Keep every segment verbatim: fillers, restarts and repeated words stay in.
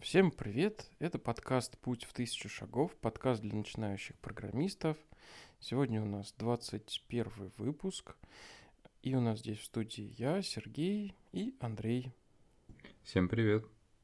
Всем привет! Это подкаст «Путь в тысячу шагов», подкаст для начинающих программистов. Сегодня у нас двадцать первый выпуск, и у нас здесь в студии я, Сергей и Андрей. Всем привет!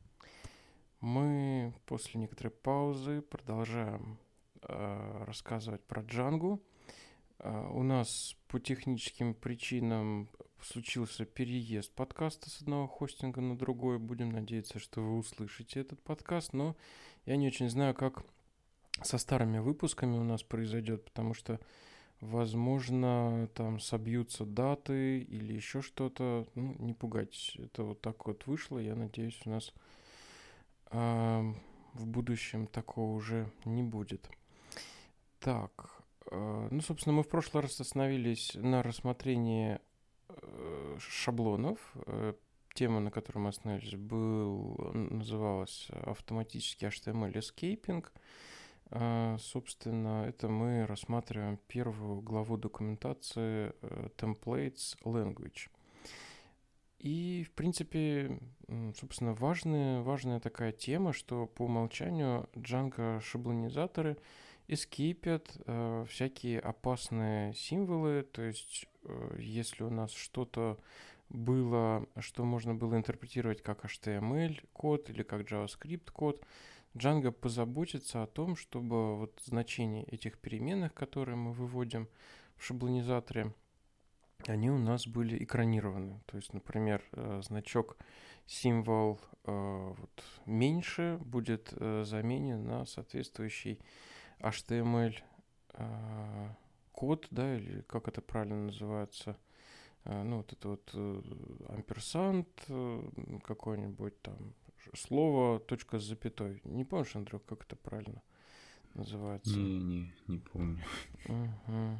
Мы после некоторой паузы продолжаем э, рассказывать про Django. Э, у нас по техническим причинам случился переезд подкаста с одного хостинга на другой. Будем надеяться, что вы услышите этот подкаст, но я не очень знаю, как со старыми выпусками у нас произойдет, потому что, возможно, там собьются даты или еще что-то. Ну, не пугайтесь, это вот так вот вышло. Я надеюсь, у нас э, в будущем такого уже не будет. Так, э, ну, собственно, мы в прошлый раз остановились на рассмотрении э, шаблонов. Э, Тема, на которой мы остановились, был, называлась автоматический эйч ти эм эль escaping. Uh, собственно, это мы рассматриваем первую главу документации uh, Templates Language. И, в принципе, собственно, важная, важная такая тема, что по умолчанию Django шаблонизаторы эскейпят uh, всякие опасные символы. То есть, uh, если у нас что-то было, что можно было интерпретировать как эйч ти эм эль код или как JavaScript код, Django позаботится о том, чтобы вот значения этих переменных, которые мы выводим в шаблонизаторе, они у нас были экранированы. То есть, например, значок символ вот, меньше будет заменен на соответствующий эйч ти эм эль код, да, или как это правильно называется, ну, вот это вот амперсант какой-нибудь там, слово, точка с запятой. Не помнишь, Андрюк, как это правильно называется? Не, не, не помню. Угу.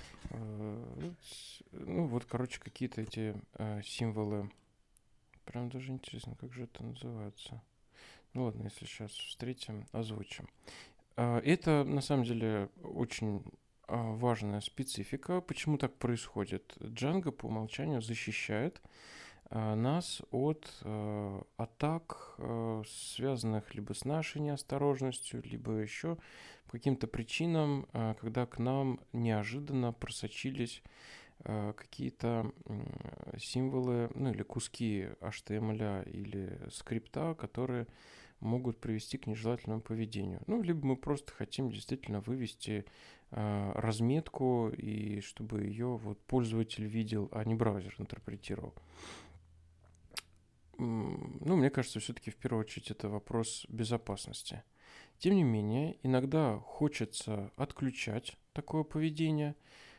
Ну, вот, короче, какие-то эти э, символы. Прям даже интересно, как же это называется. Ну ладно, если сейчас встретим, озвучим. Это, на самом деле, очень важная специфика. Почему так происходит? Django по умолчанию защищает нас от э, атак, э, связанных либо с нашей неосторожностью, либо еще по каким-то причинам, э, когда к нам неожиданно просочились э, какие-то э, символы, ну или куски эйч ти эм эль или скрипта, которые могут привести к нежелательному поведению. Ну, либо мы просто хотим действительно вывести э, разметку, и чтобы ее вот пользователь видел, а не браузер интерпретировал. Ну, мне кажется, все-таки в первую очередь это вопрос безопасности. Тем не менее, иногда хочется отключать такое поведение.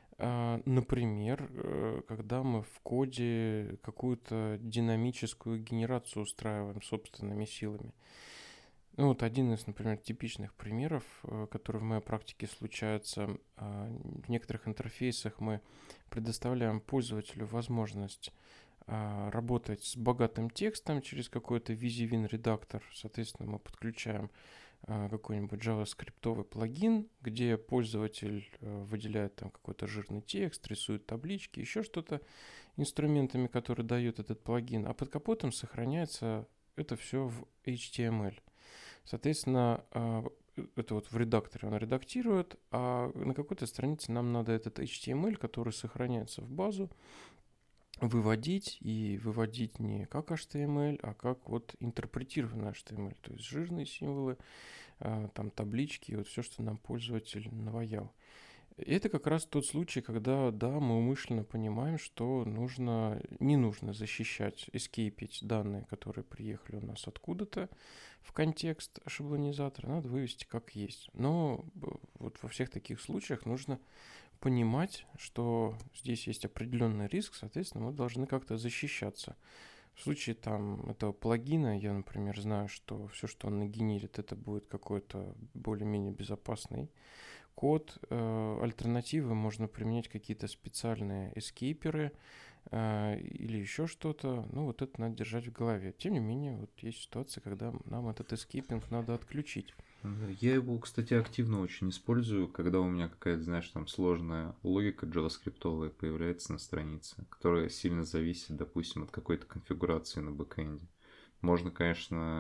Например, когда мы в коде какую-то динамическую генерацию устраиваем собственными силами. Ну, вот один из, например, типичных примеров, который в моей практике случается. В некоторых интерфейсах мы предоставляем пользователю возможность работать с богатым текстом через какой-то Visivin редактор. Соответственно, мы подключаем какой-нибудь JavaScript плагин, где пользователь выделяет там какой-то жирный текст, рисует таблички, еще что-то инструментами, которые дает этот плагин, а под капотом сохраняется это все в эйч ти эм эль. Соответственно, это вот в редакторе он редактирует, а на какой-то странице нам надо этот эйч ти эм эль, который сохраняется в базу, выводить, и выводить не как эйч ти эм эль, а как вот интерпретированный эйч ти эм эль, то есть жирные символы, там таблички, вот все, что нам пользователь наваял. Это как раз тот случай, когда, да, мы умышленно понимаем, что нужно, не нужно защищать, эскейпить данные, которые приехали у нас откуда-то в контекст шаблонизатора, надо вывести как есть. Но вот во всех таких случаях нужно понимать, что здесь есть определенный риск, соответственно, мы должны как-то защищаться. В случае там этого плагина, я, например, знаю, что все, что он нагенерит, это будет какой-то более-менее безопасный код. Альтернативы можно применять какие-то специальные эскейперы или еще что-то. Ну, вот это надо держать в голове. Тем не менее, вот есть ситуация, когда нам этот эскейпинг надо отключить. Я его, кстати, активно очень использую, когда у меня какая-то, знаешь, там сложная логика JavaScript появляется на странице, которая сильно зависит, допустим, от какой-то конфигурации на бэкэнде. Можно, конечно,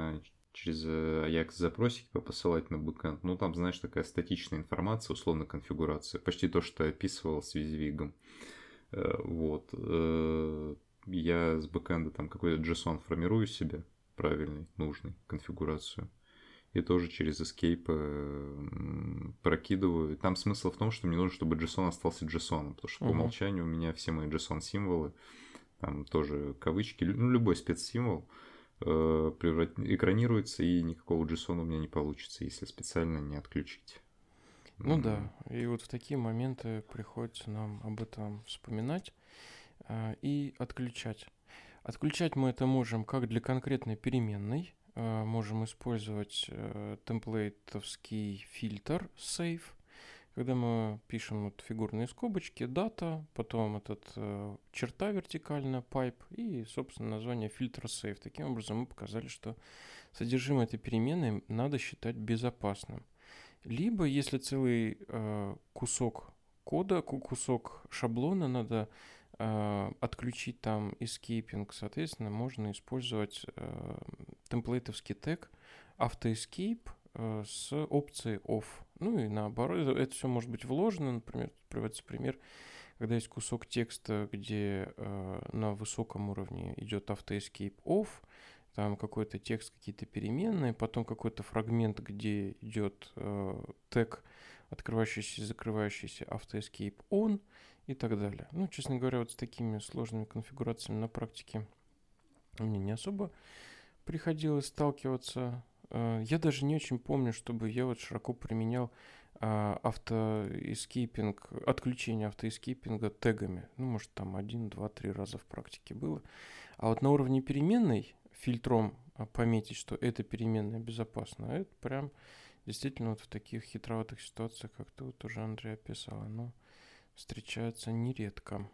через Ajax-запросики посылать на бэкэнд. Ну, там, знаешь, такая статичная информация, условно конфигурация. Почти то, что я описывал с Визвигом. Вот. Я с бэкэнда там какой-то JSON формирую себе, правильный, нужный, конфигурацию. И тоже через escape прокидываю. Там смысл в том, что мне нужно, чтобы JSON остался JSON, потому что uh-huh. по умолчанию у меня все мои JSON-символы, там тоже кавычки, ну, любой спецсимвол э, преврат... экранируется, и никакого JSON у меня не получится, если специально не отключить. Ну mm-hmm. да, и вот в такие моменты приходится нам об этом вспоминать э, и отключать. Отключать мы это можем как для конкретной переменной, э, можем использовать э, темплейтовский фильтр save, когда мы пишем вот фигурные скобочки, дата, потом этот э, черта вертикальная, pipe и, собственно, название фильтра save. Таким образом мы показали, что содержимое этой переменной надо считать безопасным. Либо, если целый э, кусок кода, кусок шаблона надо э, отключить там escaping, соответственно, можно использовать э, темплейтовский тег autoescape э, с опцией off. Ну и наоборот, это все может быть вложено, например, приводится пример, когда есть кусок текста, где э, на высоком уровне идет autoescape off, там какой-то текст, какие-то переменные, потом какой-то фрагмент, где идет э, тег, открывающийся и закрывающийся autoescape on и так далее. Ну, честно говоря, вот с такими сложными конфигурациями на практике мне не особо приходилось сталкиваться. Э, я даже не очень помню, чтобы я вот широко применял автоэскейпинг, отключение автоэскейпинга тегами. Ну, может, там один, два, три раза в практике было. А вот на уровне переменной фильтром пометить, что эта переменная безопасна, это прям действительно вот в таких хитроватых ситуациях, как ты вот уже, Андрей, описал, оно встречается нередко.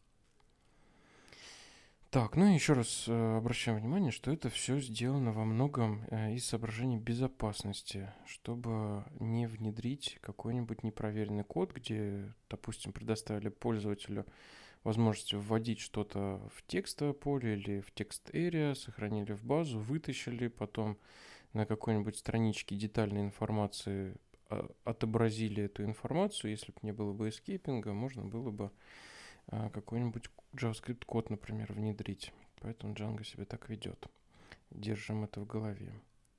Так, ну и еще раз э, обращаем внимание, что это все сделано во многом э, из соображений безопасности, чтобы не внедрить какой-нибудь непроверенный код, где, допустим, предоставили пользователю возможность вводить что-то в текстовое поле или в текст area, сохранили в базу, вытащили, потом на какой-нибудь страничке детальной информации э, отобразили эту информацию. Если бы не было бы эскейпинга, можно было бы э, какой-нибудь JavaScript код, например, внедрить. Поэтому Django себя так ведет. Держим это в голове.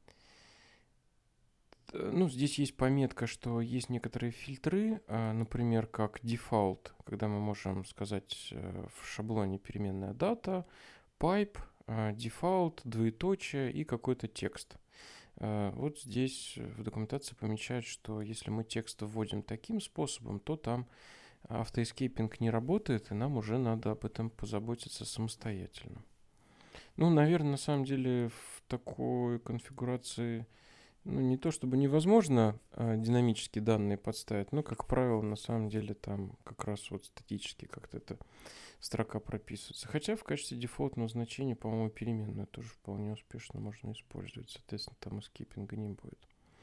Ну, здесь есть пометка, что есть некоторые фильтры, например, как default, когда мы можем сказать в шаблоне переменная дата, pipe, default, двоеточие и какой-то текст. Вот здесь в документации помечают, что если мы текст вводим таким способом, то там автоэскейпинг не работает, и нам уже надо об этом позаботиться самостоятельно. Ну, наверное, на самом деле в такой конфигурации, ну, не то чтобы невозможно а, динамические данные подставить, но, как правило, на самом деле там как раз вот статически как-то эта строка прописывается. Хотя в качестве дефолтного значения, по-моему, переменную тоже вполне успешно можно использовать. Соответственно, там эскейпинга не будет.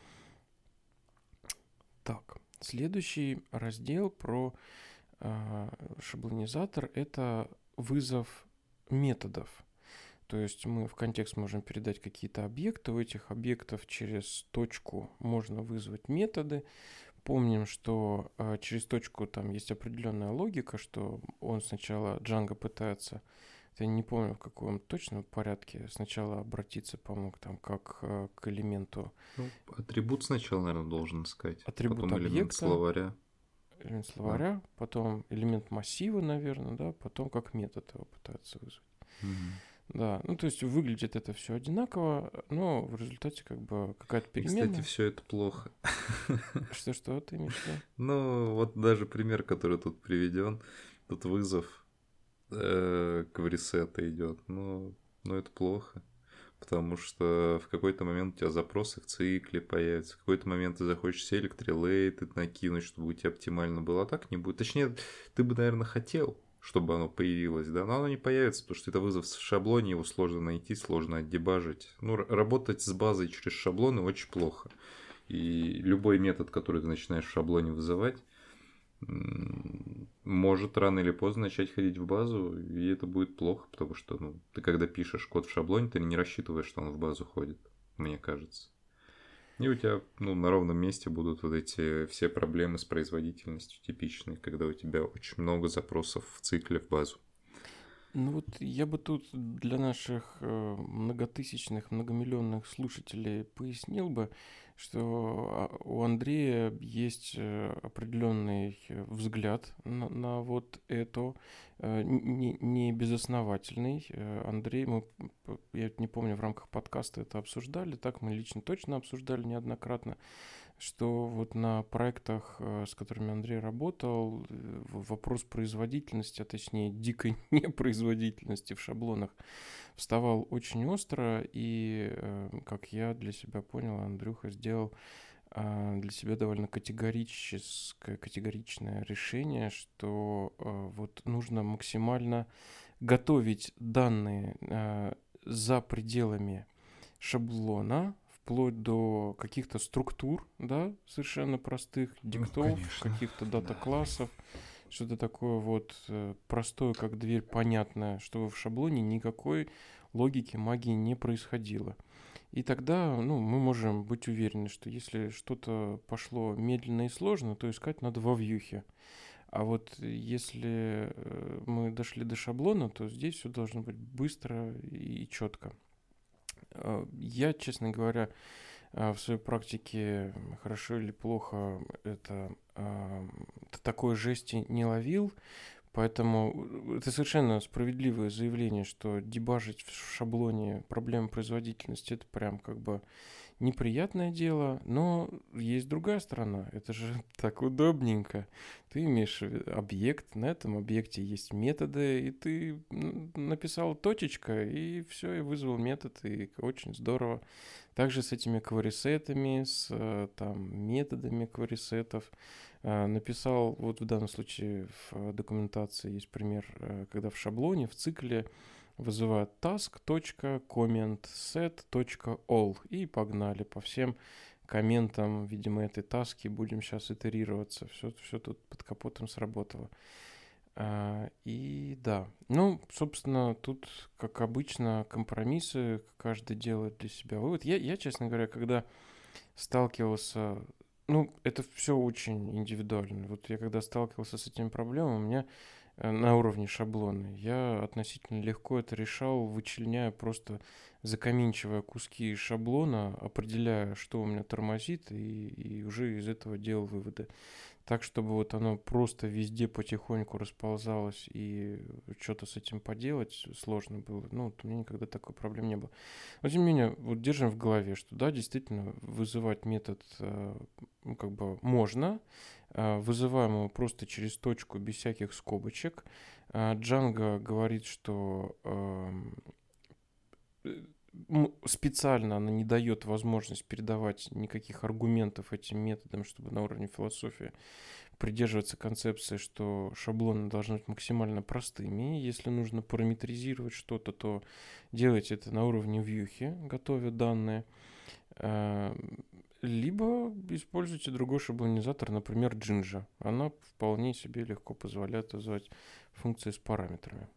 Так. Следующий раздел про э, шаблонизатор – это вызов методов. То есть мы в контекст можем передать какие-то объекты, у этих объектов через точку можно вызвать методы. Помним, что э, через точку там есть определенная логика, что он сначала Django пытается, я не помню в каком точном порядке, сначала обратиться, по-моему, там, как э, к элементу. Ну, атрибут сначала, наверное, должен искать. Атрибут потом объекта, элемент словаря. Элемент словаря, да. Потом элемент массива, наверное, да, потом как метод его пытается вызвать. Угу. Да, ну то есть выглядит это все одинаково, но в результате как бы какая-то переменная. И, кстати, все это плохо. Что-что ты имеешь в виду? Ну, вот даже пример, который тут приведен, тут вызов к ресета идет, но, но это плохо, потому что в какой-то момент у тебя запросы в цикле появятся, в какой-то момент ты захочешь select related накинуть, чтобы у тебя оптимально было, а так не будет. Точнее, ты бы, наверное, хотел, чтобы оно появилось, да, но оно не появится, потому что это вызов в шаблоне, его сложно найти, сложно отдебажить. Ну, работать с базой через шаблоны очень плохо. И любой метод, который ты начинаешь в шаблоне вызывать, может рано или поздно начать ходить в базу, и это будет плохо, потому что ну, ты когда пишешь код в шаблоне, ты не рассчитываешь, что он в базу ходит. мне кажется. И у тебя, ну, на ровном месте будут вот эти все проблемы с производительностью типичные, когда у тебя очень много запросов в цикле в базу. Ну вот я бы тут для наших э, многотысячных, многомиллионных слушателей пояснил бы, что а, у Андрея есть э, определенный э, взгляд на, на вот это, э, не, не безосновательный. Э, Андрей, мы, п- я не помню, в рамках подкаста это обсуждали, так мы лично точно обсуждали неоднократно, что вот на проектах, э, с которыми Андрей работал, э, в- вопрос производительности, а точнее дикой непроизводительности в шаблонах вставал очень остро, и, э, как я для себя понял, Андрюха сделал а, для себя довольно категорическое, категоричное решение, что э, вот нужно максимально готовить данные э, за пределами шаблона, вплоть до каких-то структур, да, совершенно простых, Ну, диктов, конечно, каких-то да. дата-классов, что-то такое вот э, простое, как дверь, понятное, чтобы в шаблоне никакой логики, магии не происходило. И тогда, ну, мы можем быть уверены, что если что-то пошло медленно и сложно, то искать надо во вьюхе. А вот если э, мы дошли до шаблона, то здесь все должно быть быстро и четко. Э, Я, честно говоря, э, в своей практике, хорошо или плохо, это, э, такой жести не ловил. Поэтому это совершенно справедливое заявление, что дебажить в шаблоне проблемы производительности это прям как бы неприятное дело, но есть другая сторона. Это же так удобненько. Ты имеешь объект, на этом объекте есть методы, и ты написал точечка, и все, и вызвал метод, и очень здорово. Также с этими кварисетами, с там, методами кварисетов. Написал, вот в данном случае в документации есть пример, когда в шаблоне, в цикле вызывают task.commentset.all и погнали по всем комментам, видимо, этой таски будем сейчас итерироваться. Все, все тут под капотом сработало. А, и да, ну, собственно, тут, как обычно, компромиссы, каждый делает для себя вывод. Я, я, честно говоря, когда сталкивался, ну, это все очень индивидуально. Вот я когда сталкивался с этими проблемами, у меня э, на уровне шаблона, я относительно легко это решал, вычленяя просто, закоминчивая куски из шаблона, определяя, что у меня тормозит, и, и уже из этого делал выводы. Так, чтобы вот оно просто везде потихоньку расползалось и что-то с этим поделать сложно было. Ну, вот у меня никогда такой проблемы не было. Но тем не менее, вот держим в голове, что да, действительно, вызывать метод э, ну, как бы можно. Э, вызываем его просто через точку, без всяких скобочек. Э, Django говорит, что эм, м, специально она не дает возможность передавать никаких аргументов этим методам, чтобы на уровне философии придерживаться концепции, что шаблоны должны быть максимально простыми. Если нужно параметризировать что-то, то делайте это на уровне вьюхи, готовя данные. Э, Либо используйте другой шаблонизатор, например, Jinja. Она вполне себе легко позволяет вызывать функции с параметрами.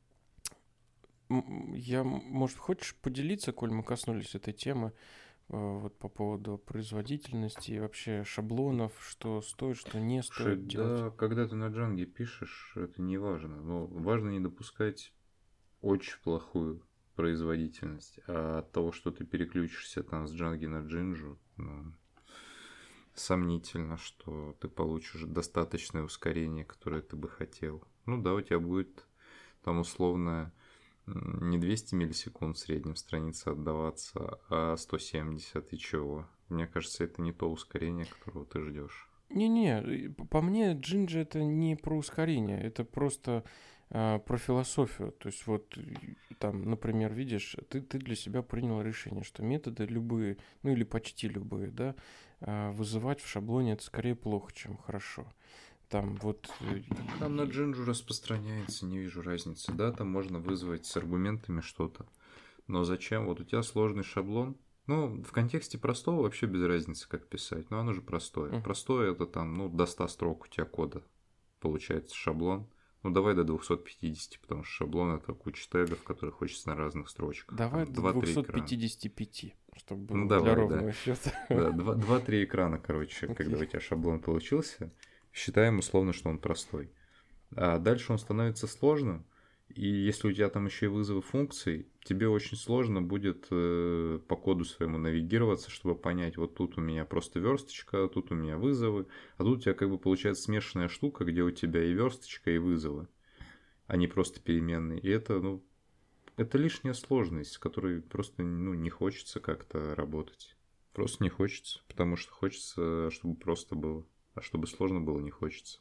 М, Я, может, хочешь поделиться, коль мы коснулись этой темы, э, вот по поводу производительности и вообще шаблонов, что стоит, что не Слушай, стоит делать? да, когда ты на Джанге пишешь, это не важно. Но важно не допускать очень плохую производительность. А от того, что ты переключишься там с Джанги на Джинджу, ну, сомнительно, что ты получишь достаточное ускорение, которое ты бы хотел. Ну да, у тебя будет там условно не двести миллисекунд в среднем страница отдаваться, а сто семьдесят и чего. Мне кажется, это не то ускорение, которого ты ждешь. Не-не, и п- по мне Джинджи это не про ускорение, это просто а, про философию. То есть вот и там, например, видишь, ты, ты для себя принял решение, что методы любые, ну или почти любые, да, а, вызывать в шаблоне это скорее плохо, чем хорошо. Там вот э, Там на и- Джинджу распространяется, не вижу разницы. Да, там можно вызвать с аргументами что-то. Но зачем? Вот у тебя сложный шаблон. Ну, в контексте простого вообще без разницы, как писать. Но оно же простое. Мгм. Простое это там, ну, до ста строк у тебя кода. Получается шаблон. Ну, давай до двухсот пятидесяти, потому что шаблон это куча тегов, которые хочется на разных строчках. Давай Там до два-три экрана. двухсот пятидесяти пяти, чтобы Ну было для давай, да. ровного счета. Да, два- два-три экрана, короче, когда Окей. у тебя шаблон получился, считаем условно, что он простой. А дальше он становится сложным, и если у тебя там еще и вызовы функций, тебе очень сложно будет э, по коду своему навигироваться, чтобы понять, вот тут у меня просто версточка, тут у меня вызовы, а тут у тебя как бы получается смешанная штука, где у тебя и версточка, и вызовы, а не просто переменные. И это, ну, это лишняя сложность, с которой просто ну, не хочется как-то работать. Просто не хочется, потому что хочется, чтобы просто было. А чтобы сложно было, не хочется.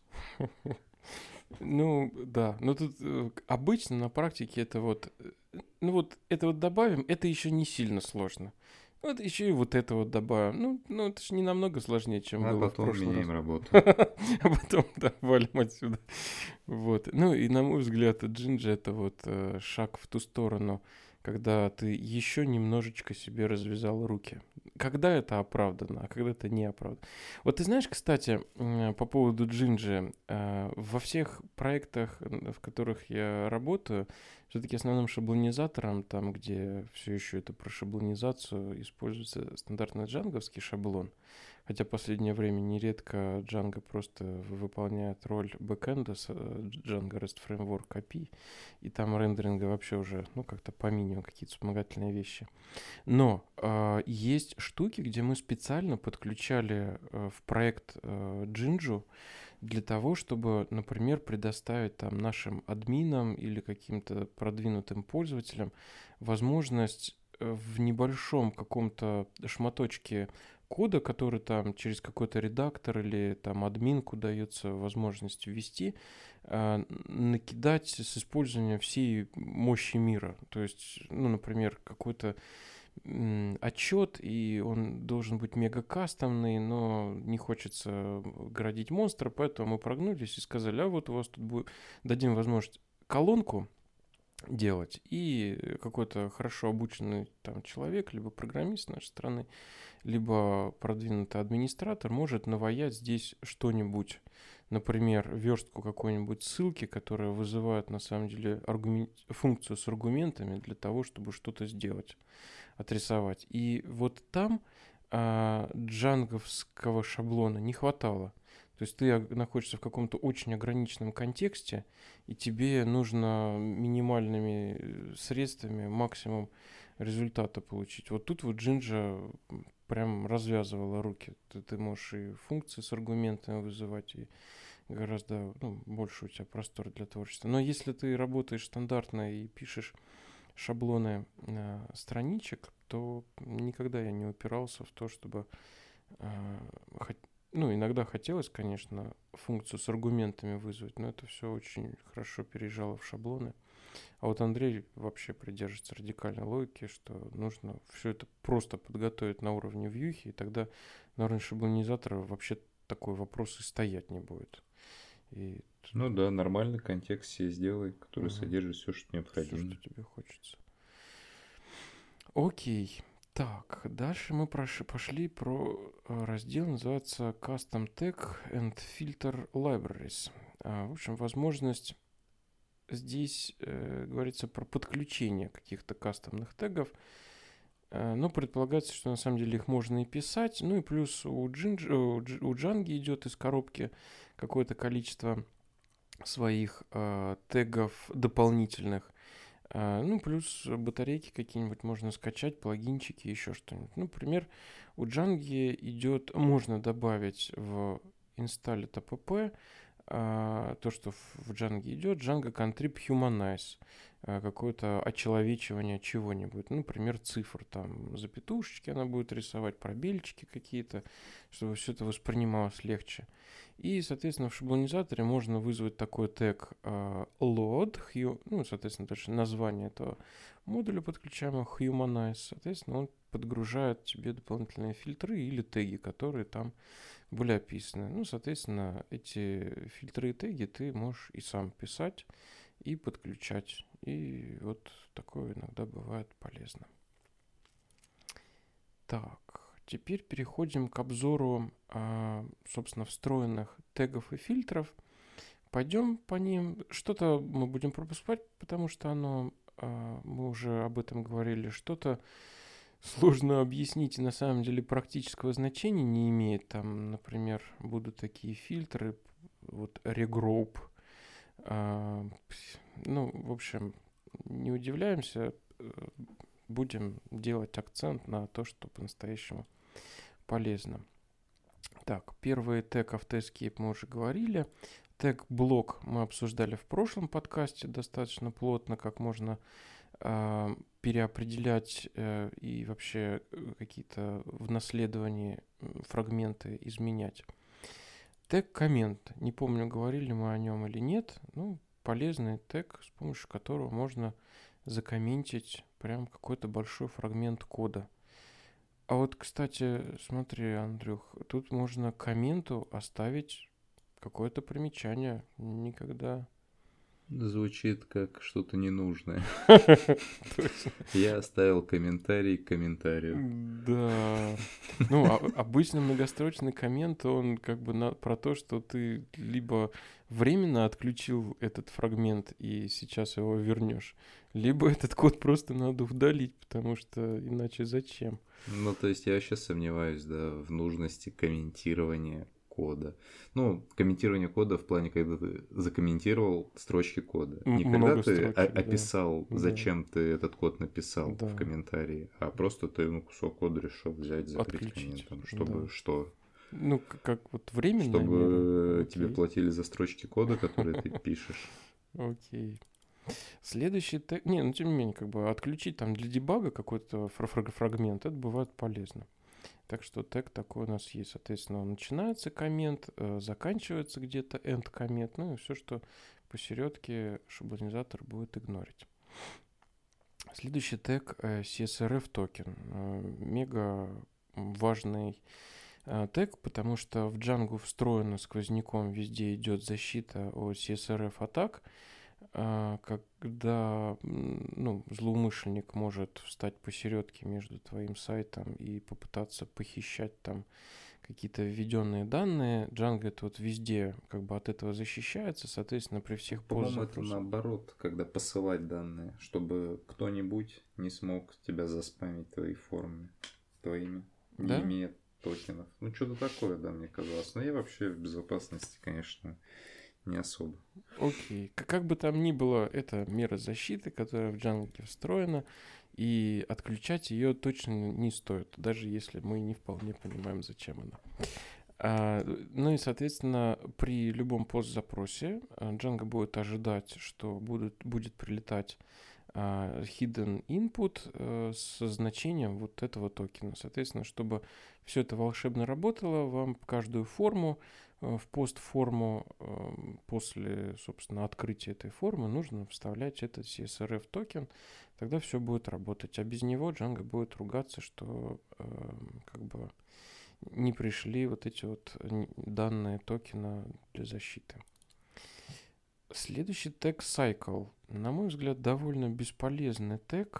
Ну, да. Но тут э, к- обычно на практике это вот, э, ну вот это вот добавим, это еще не сильно сложно. Вот еще и вот это вот добавим. Ну, ну это же не намного сложнее, чем А было в потом прошлый меняем раз. работу. А потом, да, валим отсюда. Вот. Ну и на мой взгляд, Джинджи это вот э, шаг в ту сторону, когда ты еще немножечко себе развязал руки. Когда это оправдано, а когда это не оправдано. Вот ты знаешь, кстати, м, по поводу Джинджи, э, во всех проектах, м, в которых я работаю, все-таки основным шаблонизатором, там, где все еще это про шаблонизацию, используется стандартный джанговский шаблон. Хотя в последнее время нередко Django просто выполняет роль бэкэнда с э, Django REST Framework эй пи ай, и там рендеринга вообще уже, ну, как-то по минимуму какие-то вспомогательные вещи. Но а, есть штуки, где мы специально подключали э, в проект э, Jinju для того, чтобы, например, предоставить там нашим админам или каким-то продвинутым пользователям возможность э, в небольшом каком-то шматочке кода, который там через какой-то редактор или там админку дается возможность ввести, э, накидать с использованием всей мощи мира. То есть, ну, например, какой-то м, отчет, и он должен быть мега кастомный, но не хочется градить монстра, поэтому мы прогнулись и сказали, а вот у вас тут будет, дадим возможность колонку делать, и какой-то хорошо обученный там человек, либо программист с нашей стороны, либо продвинутый администратор может наваять здесь что-нибудь, например, верстку какой-нибудь ссылки, которая вызывает на самом деле аргумен- функцию с аргументами для того, чтобы что-то сделать, отрисовать. И вот там а, джанговского шаблона не хватало. То есть ты ог- находишься в каком-то очень ограниченном контексте, и тебе нужно минимальными э, средствами максимум результата получить. Вот тут вот Джинджа прям развязывала руки. Ты, ты можешь и функции с аргументами вызывать, и гораздо ну, больше у тебя простор для творчества. Но если ты работаешь стандартно и пишешь шаблоны э, страничек, то никогда я не упирался в то, чтобы э, хот- ну, иногда хотелось, конечно, функцию с аргументами вызвать, но это все очень хорошо переезжало в шаблоны. А вот Андрей вообще придерживается радикальной логики, что нужно все это просто подготовить на уровне вьюхи, и тогда на уровне шаблонизатора вообще такой вопрос и стоять не будет. И Ну да, нормальный контекст себе сделай, который угу, содержит все, что все, что необходимо. тебе хочется. Окей. Так, дальше мы прош- пошли про э, раздел, называется Custom Tag and Filter Libraries. А, в общем, возможность здесь э, говорится про подключение каких-то кастомных тегов. Э, но предполагается, что на самом деле их можно и писать. Ну и плюс у, Jinj, у, Dj- у Django идет из коробки какое-то количество своих э, тегов дополнительных. А, ну, плюс батарейки какие-нибудь можно скачать, плагинчики, еще что-нибудь. Ну, например, у Django идет, можно добавить в install.app а, то, что в Django идет, Django Contrib Humanize, а, какое-то очеловечивание чего-нибудь. Ну, например, цифр, там, запятушечки она будет рисовать, пробельчики какие-то, чтобы все это воспринималось легче. И, соответственно, в шаблонизаторе можно вызвать такой тег э, load, hu- ну, соответственно, дальше название этого модуля подключаемого humanize. Соответственно, он подгружает тебе дополнительные фильтры или теги, которые там были описаны. Ну, соответственно, эти фильтры и теги ты можешь и сам писать, и подключать. И вот такое иногда бывает полезно. Так, теперь переходим к обзору, а, собственно, встроенных тегов и фильтров. Пойдем по ним. Что-то мы будем пропускать, потому что оно, а, мы уже об этом говорили, что-то сложно объяснить и на самом деле практического значения не имеет. Там, например, будут такие фильтры, вот regroup. А, ну, в общем, не удивляемся, э, будем делать акцент на то, что по-настоящему полезно. Так, первый тег AutoEscape мы уже говорили. Тег блок мы обсуждали в прошлом подкасте достаточно плотно, как можно э, переопределять э, и вообще какие-то в наследовании фрагменты изменять. Тег коммент. Не помню, говорили мы о нем или нет. Ну, полезный тег, с помощью которого можно закомментить прям какой-то большой фрагмент кода. А вот, кстати, смотри, Андрюх, тут можно комменту оставить какое-то примечание. Никогда. Звучит как что-то ненужное. Я оставил комментарий к комментарию. Да. Ну, обычно многострочный коммент, он как бы про то, что ты либо временно отключил этот фрагмент и сейчас его вернешь, либо этот код просто надо удалить, потому что иначе зачем? Ну, то есть я вообще сомневаюсь, да, в нужности комментирования кода. Ну, комментирование кода в плане, когда ты закомментировал строчки кода. Не Много когда ты строчек, о- да. описал, Да. зачем ты этот код написал Да. в комментарии, а просто ты ну, кусок кода решил взять, закрыть Отключить, комментом, чтобы да. что? Ну, к- как вот временная Чтобы мера. тебе Окей. платили за строчки кода, которые ты пишешь. Окей. Следующий тег... Не, ну тем не менее, как бы отключить там для дебага какой-то фра- фрагмент, это бывает полезно. Так что тег такой у нас есть. Соответственно, начинается коммент, э, заканчивается где-то end коммент, ну и все, что посередке шаблонизатор будет игнорить. Следующий тег э, си эс эр эф токен. Э, мега важный э, тег, потому что в Django встроено сквозняком, везде идет защита от си эс эр эф атак. А, когда ну, злоумышленник может встать посередке между твоим сайтом и попытаться похищать там какие-то введенные данные, Django это вот везде как бы от этого защищается, соответственно, при всех По-моему, это пост-запросах. наоборот, когда посылать данные, чтобы кто-нибудь не смог тебя заспамить твоей форме, твоими, не Да? имея токенов. Ну, что-то такое, да, мне казалось. Но я вообще в безопасности, конечно, не особо. Окей. Как, как бы там ни было, это мера защиты, которая в Django встроена, и отключать ее точно не стоит, даже если мы не вполне понимаем, зачем она. А, ну и, соответственно, при любом пост-запросе Django будет ожидать, что будут, будет прилетать а, hidden input а, со значением вот этого токена. Соответственно, чтобы все это волшебно работало, вам каждую форму в пост-форму после, собственно, открытия этой формы нужно вставлять этот си эс эр эф токен, тогда все будет работать. А без него Django будет ругаться, что э, как бы не пришли вот эти вот данные токена для защиты. Следующий тег cycle. На мой взгляд, довольно бесполезный тег.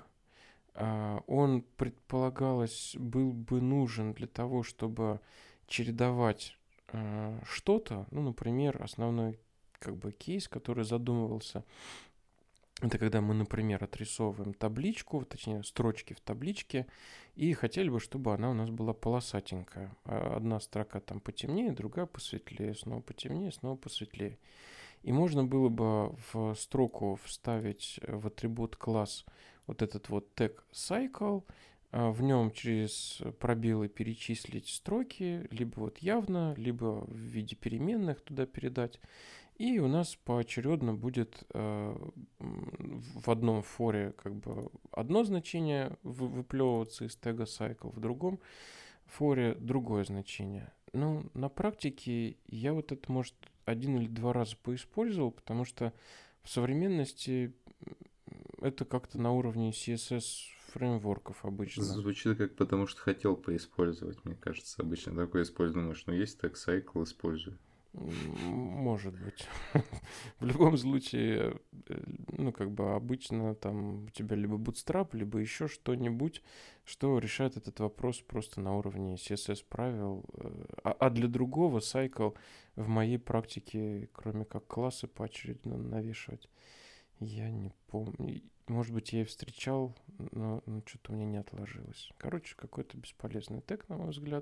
Он, предполагалось, был бы нужен для того, чтобы чередовать что-то, ну, например, основной как бы кейс, который задумывался, это когда мы, например, отрисовываем табличку, точнее, строчки в табличке, и хотели бы, чтобы она у нас была полосатенькая. Одна строка там потемнее, другая посветлее, снова потемнее, снова посветлее. И можно было бы в строку вставить в атрибут класс вот этот вот тег cycle, в нем через пробелы перечислить строки, либо вот явно, либо в виде переменных туда передать. И у нас поочередно будет э, в одном форе как бы одно значение выплевываться из тега cycle, в другом форе другое значение. Ну, на практике я вот это, может, один или два раза поиспользовал, потому что в современности это как-то на уровне си эс эс фреймворков обычно. Звучит как потому, что хотел поиспользовать, мне кажется. Обычно такое использую. Думаешь, ну есть тег cycle, использую. Может быть. В любом случае, ну, как бы обычно там у тебя либо Bootstrap, либо еще что-нибудь, что решает этот вопрос просто на уровне си эс эс правил. А, а для другого cycle в моей практике, кроме как классы поочередно навешивать, я не помню. может быть, я и встречал, но, но что-то у меня не отложилось. Короче, какой-то бесполезный тег, на мой взгляд.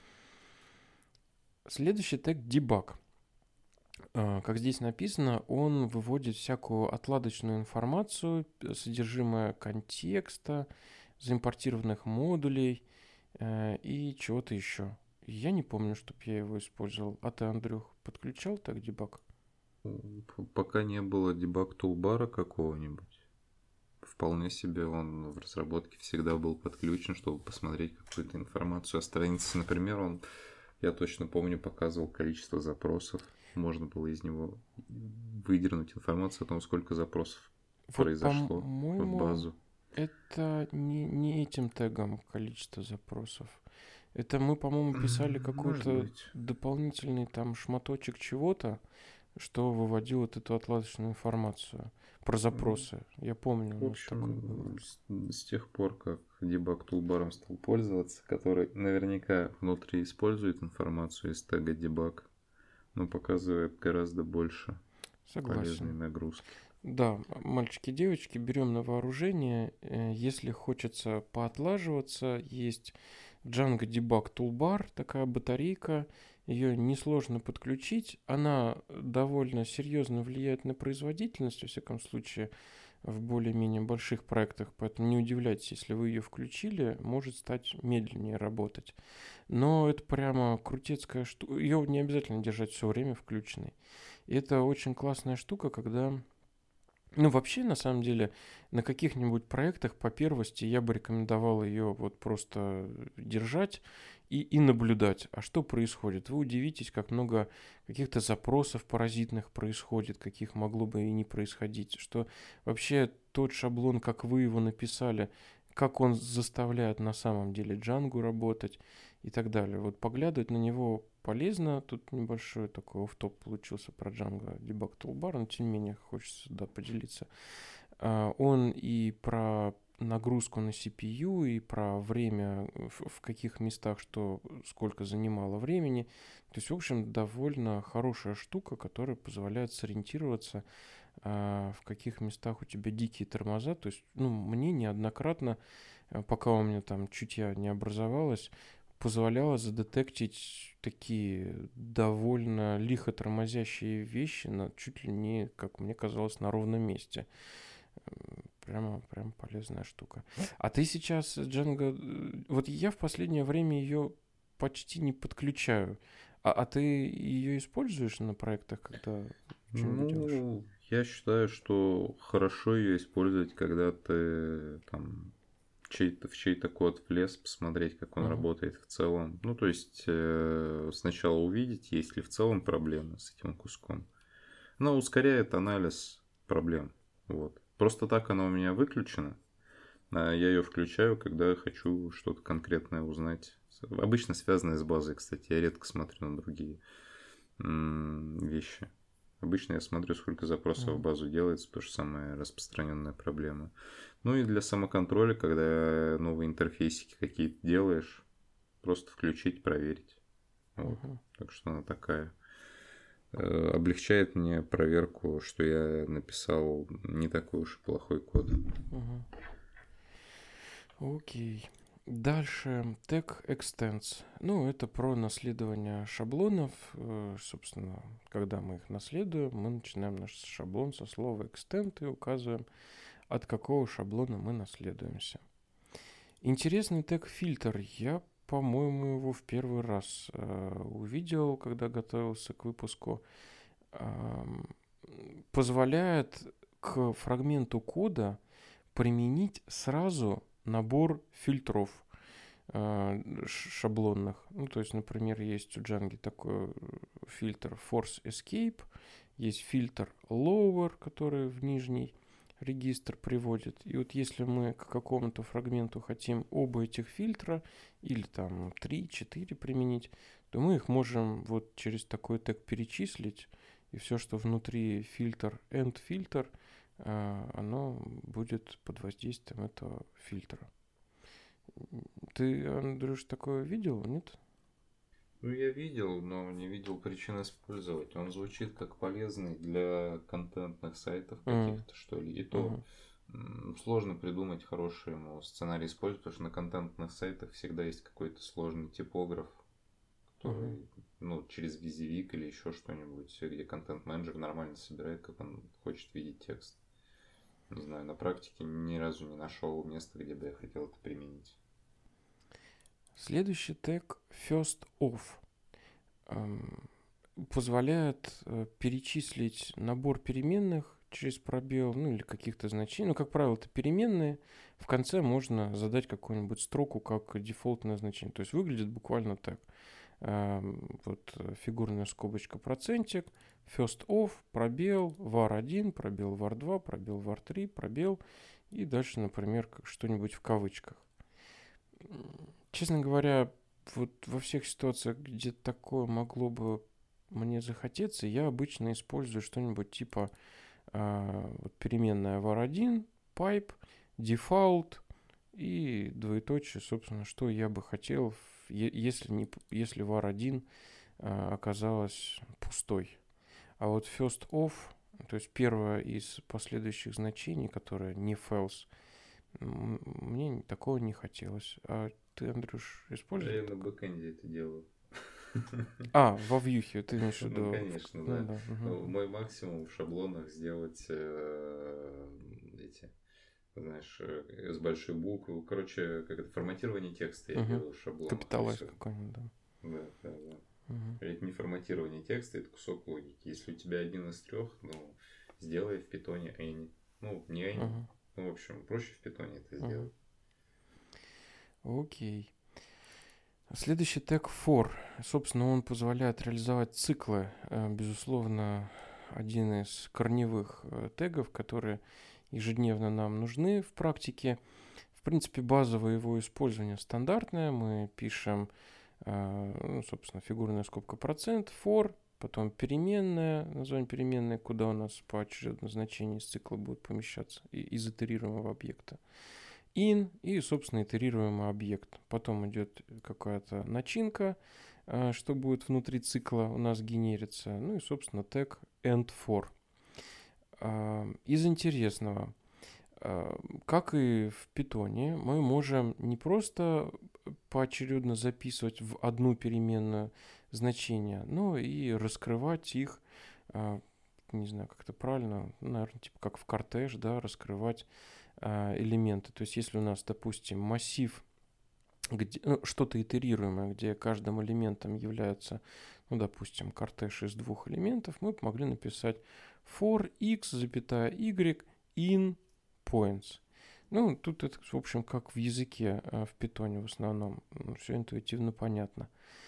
Следующий тег debug. Как здесь написано, он выводит всякую отладочную информацию, содержимое контекста, заимпортированных модулей э, и чего-то еще. Я не помню, чтобы я его использовал. А ты, Андрюх, подключал так debug? Пока не было дебаг тулбара какого-нибудь. Вполне себе он в разработке всегда был подключен, чтобы посмотреть какую-то информацию о странице. Например, он, я точно помню, показывал количество запросов. Можно было из него выдернуть информацию о том, сколько запросов вот, произошло в базу. Это не, не этим тегом количество запросов. Это мы, по-моему, писали какой-то дополнительный там шматочек чего-то, что выводил вот эту отладочную информацию про запросы. Я помню, в общем, с, с тех пор, как debug toolbar стал пользоваться, который наверняка внутри использует информацию из тега debug, но показывает гораздо больше Согласен. полезной нагрузки. Да, мальчики и девочки, берем на вооружение. Если хочется поотлаживаться, есть Django Debug Toolbar, такая батарейка. Ее несложно подключить. Она довольно серьезно влияет на производительность, во всяком случае, в более-менее больших проектах. Поэтому не удивляйтесь, если вы ее включили, может стать медленнее работать. Но это прямо крутецкая штука. Ее не обязательно держать все время включенной. И это очень классная штука, когда... Ну, вообще, на самом деле, на каких-нибудь проектах по первости я бы рекомендовал ее вот просто держать и, и наблюдать, а что происходит. Вы удивитесь, как много каких-то запросов паразитных происходит, каких могло бы и не происходить. Что вообще тот шаблон, как вы его написали, как он заставляет на самом деле Django работать и так далее. Вот поглядывать на него полезно. Тут небольшой такой офф-топ получился про Django Debug Toolbar, но тем не менее хочется да, поделиться. Он и про нагрузку на си пи ю, и про время, в каких местах что, сколько занимало времени. То есть, в общем, довольно хорошая штука, которая позволяет сориентироваться, в каких местах у тебя дикие тормоза. То есть, ну, мне неоднократно, пока у меня там чутья не образовалось, позволяло задетектить такие довольно лихо тормозящие вещи на чуть ли не, как мне казалось, на ровном месте. Прямо, прям полезная штука. А ты сейчас, Django... Вот я в последнее время ее почти не подключаю. А, а ты ее используешь на проектах, когда что-нибудь ну, делаешь? Я считаю, что хорошо ее использовать, когда ты там чей-то, в чей-то код влез, посмотреть, как он uh-huh. работает в целом. Ну, то есть, э, сначала увидеть, есть ли в целом проблемы с этим куском. Она ускоряет анализ проблем. Вот. Просто так она у меня выключена. А я ее включаю, когда хочу что-то конкретное узнать. Обычно связанное с базой, кстати. Я редко смотрю на другие м- вещи. Обычно я смотрю, сколько запросов mm-hmm. в базу делается, то же самое распространенная проблема. Ну и для самоконтроля, когда новые интерфейсики какие-то делаешь, просто включить, проверить. Вот. Mm-hmm. Так что она такая. Э, облегчает мне проверку, что я написал не такой уж и плохой код. Mm-hmm. Окей. Дальше тег extends. Ну, это про наследование шаблонов. Собственно, когда мы их наследуем, мы начинаем наш шаблон со слова extend и указываем, от какого шаблона мы наследуемся. Интересный тег фильтр. Я, по-моему, его в первый раз э, увидел, когда готовился к выпуску. Э, позволяет к фрагменту кода применить сразу набор фильтров э, шаблонных. Ну, то есть, например, есть у Django такой фильтр Force Escape, есть фильтр Lower, который в нижний регистр приводит. И вот если мы к какому-то фрагменту хотим оба этих фильтра, или там три-четыре применить, то мы их можем вот через такой тег перечислить, и все, что внутри фильтр, end фильтр, оно будет под воздействием этого фильтра. Ты, Андрюш, такое видел, нет? Ну, я видел, но не видел причин использовать. Он звучит как полезный для контентных сайтов каких-то, mm. что ли. И то Сложно придумать хороший ему сценарий использовать, потому что на контентных сайтах всегда есть какой-то сложный типограф, который, uh-huh. ну, через визивик или еще что-нибудь, где контент-менеджер нормально собирает, как он хочет видеть текст. Не знаю, на практике ни разу не нашел места, где бы я хотел это применить. Следующий тег first off эм, позволяет э, перечислить набор переменных через пробел, ну или каких-то значений. Ну, как правило, это переменные. В конце можно задать какую-нибудь строку как дефолтное значение. То есть выглядит буквально так. Эм, вот фигурная скобочка процентик, first off, пробел, var один, пробел var два, пробел var три, пробел. И дальше, например, как что-нибудь в кавычках. Честно говоря, вот во всех ситуациях, где такое могло бы мне захотеться, я обычно использую что-нибудь типа э, вот переменная var один, pipe, default и двоеточие, собственно, что я бы хотел, если, не, если var один э, оказалась пустой. А вот first off, то есть первое из последующих значений, которое не false, мне такого не хотелось. А ты, Андрюш, используешь? Да, я на бэкэнде это делаю. А, во вьюхе, ты имеешь в виду? Ну, конечно, в... да. Ну, да. Угу. Мой максимум в шаблонах сделать э, эти, знаешь, с большой буквы. Короче, как это, форматирование текста я угу. делаю в шаблонах. Капиталайз какой-нибудь, да. Да, да, да. Угу. Это не форматирование текста, это кусок логики. Если у тебя один из трех, ну, сделай в питоне any. Ну, не any. Угу. Ну, в общем, проще в питоне это сделать. Угу. Окей. Следующий тег for. Собственно, он позволяет реализовать циклы. Безусловно, один из корневых тегов, которые ежедневно нам нужны в практике. В принципе, базовое его использование стандартное. Мы пишем, ну, собственно, фигурная скобка процент, for, потом переменная, название переменной, куда у нас по очередному значению из цикла будет помещаться, из итерируемого объекта. In и, собственно, итерируемый объект. Потом идет какая-то начинка, что будет внутри цикла у нас генерится. Ну и, собственно, тег end for. Из интересного, как и в питоне, мы можем не просто поочередно записывать в одну переменную значения, но и раскрывать их, не знаю, как это правильно, наверное, типа как в кортеж, да, раскрывать элементы. То есть если у нас, допустим, массив, где, ну, что-то итерируемое, где каждым элементом является, ну, допустим, кортеж из двух элементов, мы могли написать for x, y, in points. Ну, тут это, в общем, как в языке, в питоне в основном. Все интуитивно понятно.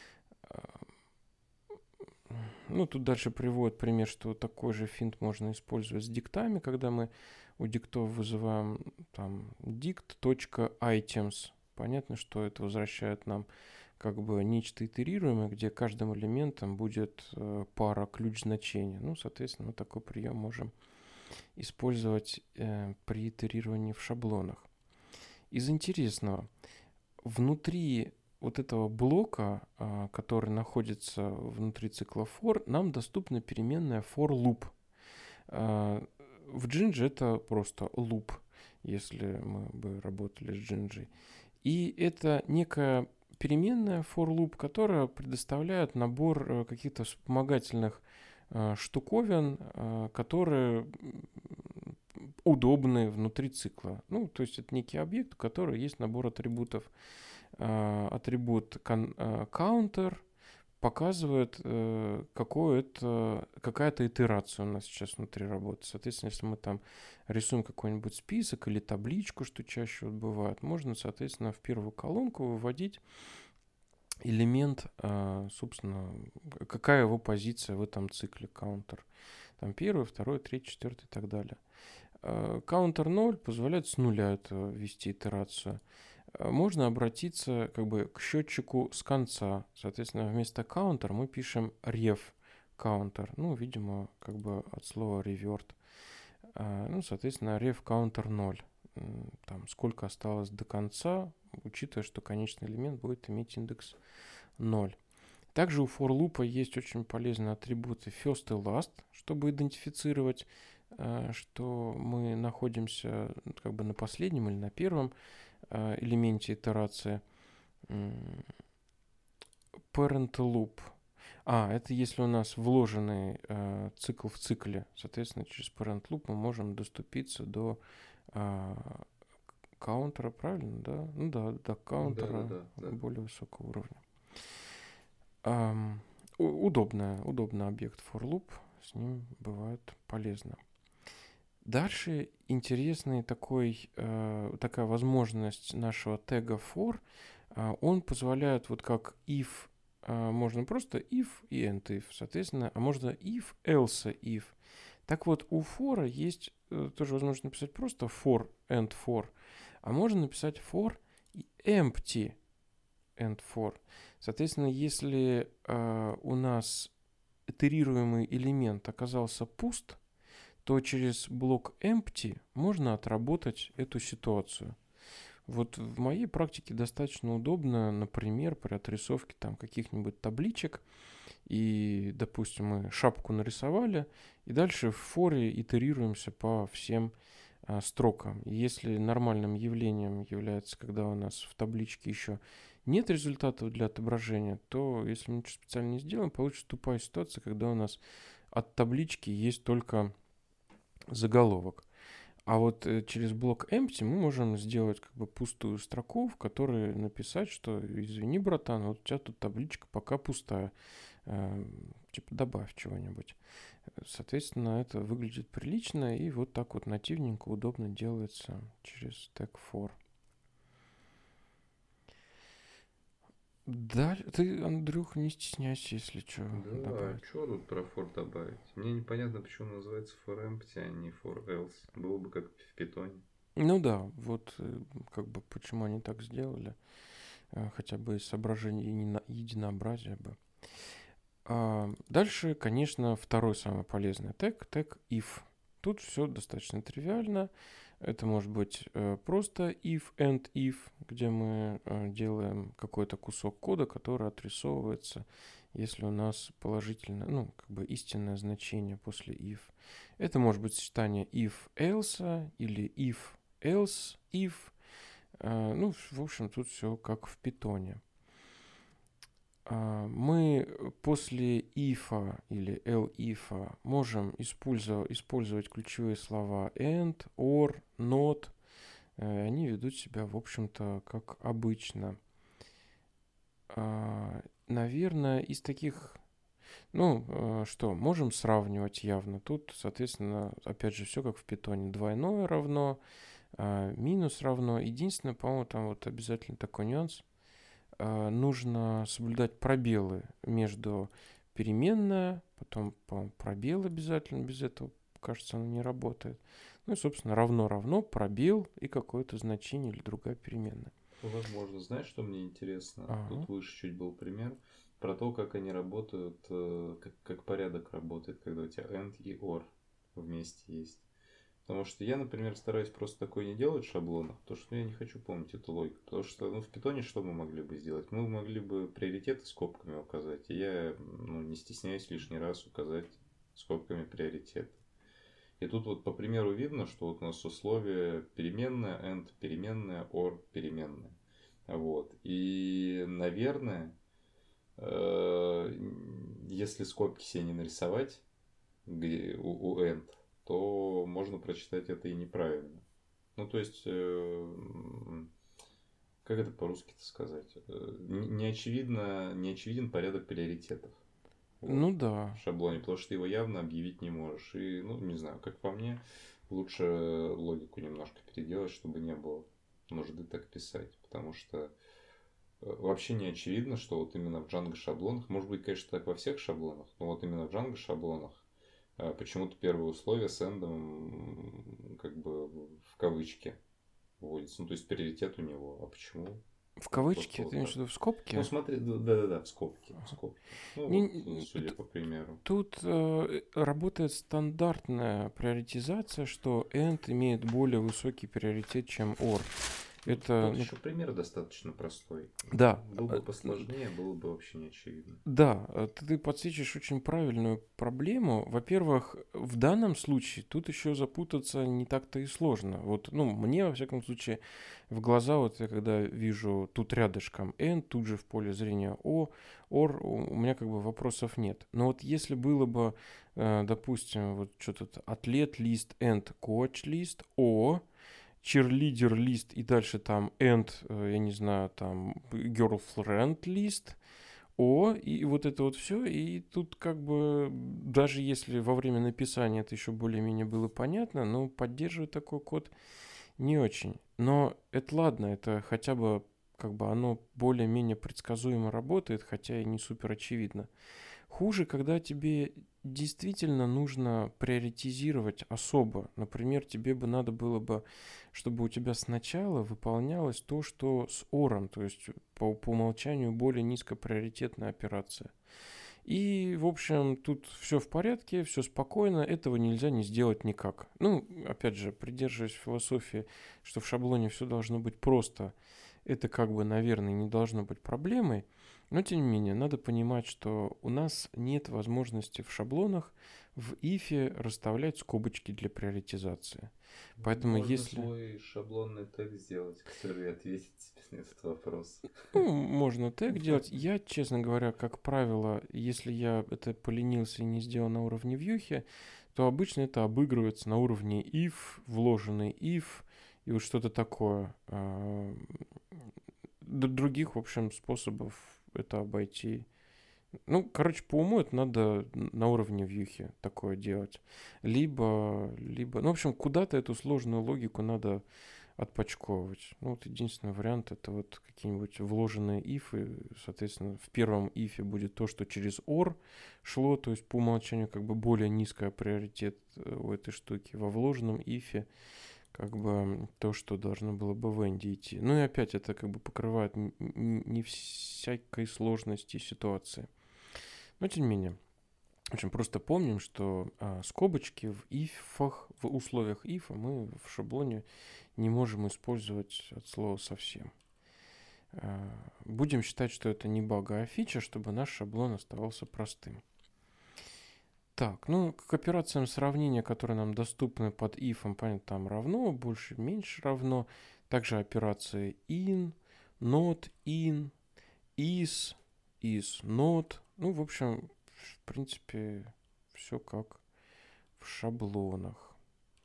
Ну, тут дальше приводит пример, что такой же финт можно использовать с диктами, когда мы у диктов вызываем там dict.items. Понятно, что это возвращает нам как бы нечто итерируемое, где каждым элементом будет э, пара ключ-значений. Ну, соответственно, мы такой прием можем использовать э, при итерировании в шаблонах. Из интересного, внутри вот этого блока, э, который находится внутри цикла for, нам доступна переменная for loop. Э, в Jinja это просто loop, если мы бы работали с Jinja. И это некая переменная for loop, которая предоставляет набор каких-то вспомогательных э, штуковин, э, которые удобны внутри цикла. Ну, то есть это некий объект, у которого есть набор атрибутов. Э, атрибут кон, э, counter показывает, э, какое это, какая-то итерация у нас сейчас внутри работы. Соответственно, если мы там рисуем какой-нибудь список или табличку, что чаще вот бывает, можно, соответственно, в первую колонку выводить элемент, э, собственно, какая его позиция в этом цикле counter. Там первый, второй, третий, четвертый и так далее. Э, counter ноль позволяет с нуля это ввести итерацию. Можно обратиться как бы к счетчику с конца. Соответственно, вместо counter мы пишем ref counter. Ну, видимо, как бы от слова revert. Ну, соответственно, ref counter ноль. Там сколько осталось до конца, учитывая, что конечный элемент будет иметь индекс ноль. Также у for loop есть очень полезные атрибуты first и last, чтобы идентифицировать что мы находимся как бы на последнем или на первом элементе итерации. Parent loop. А, это если у нас вложенный э, цикл в цикле. Соответственно, через parent loop мы можем доступиться до э, каунтера, правильно, да? Ну да, до каунтера да, да, да, да. более высокого уровня. Эм, удобно, удобный объект for loop. С ним бывает полезно. Дальше интересный такой, э, такая возможность нашего тега for. Э, он позволяет вот как if, э, можно просто if и end if, соответственно, а можно if, else if. Так вот, у for есть э, тоже возможность написать просто for and for, а можно написать for и empty and for. Соответственно, если э, у нас итерируемый элемент оказался пуст, то через блок empty можно отработать эту ситуацию. Вот в моей практике достаточно удобно, например, при отрисовке там каких-нибудь табличек, и, допустим, мы шапку нарисовали, и дальше в форе итерируемся по всем а, строкам. И если нормальным явлением является, когда у нас в табличке еще нет результатов для отображения, то если мы ничего специально не сделаем, получится тупая ситуация, когда у нас от таблички есть только заголовок. А вот э, через блок empty мы можем сделать как бы пустую строку, в которой написать, что извини, братан, вот у тебя тут табличка пока пустая. Э, типа добавь чего-нибудь. Соответственно, это выглядит прилично, и вот так вот нативненько, удобно делается через tag for. Да, ты, Андрюх, не стесняйся, если что. Да, добавить. А что тут про for добавить? Мне непонятно, почему называется for empty, а не for else. Было бы как в питоне. Ну да, вот как бы почему они так сделали. Хотя бы из соображений единообразия бы. А дальше, конечно, второй самый полезный тег, тег if. Тут все достаточно тривиально. Это может быть э, просто if and if, где мы э, делаем какой-то кусок кода, который отрисовывается, если у нас положительное, ну, как бы истинное значение после if. Это может быть сочетание if else или if else if. Э, ну, в общем, тут все как в питоне. Мы после if или elif можем использовать, использовать ключевые слова and, or, not. Они ведут себя, в общем-то, как обычно. Наверное, из таких... Ну, что, можем сравнивать явно. Тут, соответственно, опять же, все как в питоне. Двойное равно, минус равно. Единственное, по-моему, там вот обязательно такой нюанс. Нужно соблюдать пробелы между переменная, потом, по-моему, пробел обязательно, без этого, кажется, оно не работает. Ну и, собственно, равно-равно, пробел и какое-то значение или другая переменная. Возможно. Знаешь, что мне интересно? Ага. Тут выше чуть был пример про то, как они работают, как, как порядок работает, когда у тебя and и or вместе есть. Потому что я, например, стараюсь просто такое не делать в шаблонах, потому что я не хочу помнить эту логику. Потому что ну, в питоне что мы могли бы сделать? Мы могли бы приоритеты скобками указать. И я ну, не стесняюсь лишний раз указать скобками приоритет. И тут вот по примеру видно, что вот у нас условие переменная, and переменная, or переменная. Вот. И, наверное, если скобки себе не нарисовать где, у, у and, то можно прочитать это и неправильно. Ну, то есть, э, как это по-русски-то сказать? Не очевидно, не очевиден порядок приоритетов. Вот, ну да. В шаблоне, потому что ты его явно объявить не можешь. И, ну, не знаю, как по мне, лучше логику немножко переделать, чтобы не было нужды так писать. Потому что вообще не очевидно, что вот именно в Django шаблонах, может быть, конечно, так во всех шаблонах, но вот именно в Django шаблонах почему-то первое условие с эндом как бы в кавычки вводится. Ну, то есть приоритет у него. А почему? В кавычки? Ты имеешь в виду в скобки? Ну, смотри, да-да-да, в скобки. В скобки. Ну, не, вот, судя т- по примеру. Тут э, работает стандартная приоритизация, что end имеет более высокий приоритет, чем or. Ну, Это, тут ну, еще пример достаточно простой. да, Был э, бы посложнее, было бы вообще не очевидно. да, э, ты ты подсвечиваешь очень правильную проблему. Во-первых, в данном случае тут еще запутаться не так-то и сложно. Вот, ну, мне, во всяком случае, в глаза, вот я когда вижу тут рядышком N, тут же в поле зрения O, OR, у у меня как бы вопросов нет. Но вот если было бы, э, допустим, вот что тут, атлет лист and coach лист, O, cheerleader лист и дальше там and, э, я не знаю, там girlfriend лист, о, и вот это вот все, и тут как бы даже если во время написания это еще более-менее было понятно, но поддерживать такой код не очень. Но это ладно, это хотя бы как бы оно более-менее предсказуемо работает, хотя и не супер очевидно. Хуже, когда тебе действительно нужно приоритизировать особо. Например, тебе бы надо было бы, чтобы у тебя сначала выполнялось то, что с ором, то есть по, по умолчанию более низкоприоритетная операция. И, в общем, тут все в порядке, все спокойно, этого нельзя не сделать никак. Ну, опять же, придерживаясь философии, что в шаблоне все должно быть просто, это как бы, наверное, не должно быть проблемой. Но, тем не менее, надо понимать, что у нас нет возможности в шаблонах в ифе расставлять скобочки для приоритизации. Поэтому Можно если... свой шаблонный тег сделать, который ответит тебе на этот вопрос. Ну, можно тег делать. Я, честно говоря, как правило, если я это поленился и не сделал на уровне вьюхи, то обычно это обыгрывается на уровне if, вложенный if и вот что-то такое. А, д- Других, в общем, способов это обойти. Ну, короче, по уму это надо на уровне вьюхи такое делать. Либо, либо, ну, в общем, куда-то эту сложную логику надо отпочковывать. Ну, вот единственный вариант это вот какие-нибудь вложенные ифы. Соответственно, в первом ифе будет то, что через or шло, то есть по умолчанию как бы более низкий приоритет э, у этой штуки. Во вложенном ифе как бы то, что должно было бы в энде идти. Ну и опять это как бы покрывает н- н- не всякой сложности ситуации. Но тем не менее. В общем, просто помним, что а, скобочки в ифах, в условиях ифа мы в шаблоне не можем использовать от слова совсем. А, будем считать, что это не баг, а фича, чтобы наш шаблон оставался простым. Так, ну, к операциям сравнения, которые нам доступны под ифом, понятно, там равно, больше, меньше равно. Также операции in, not in, is, is not. Ну, в общем, в принципе, все как в шаблонах.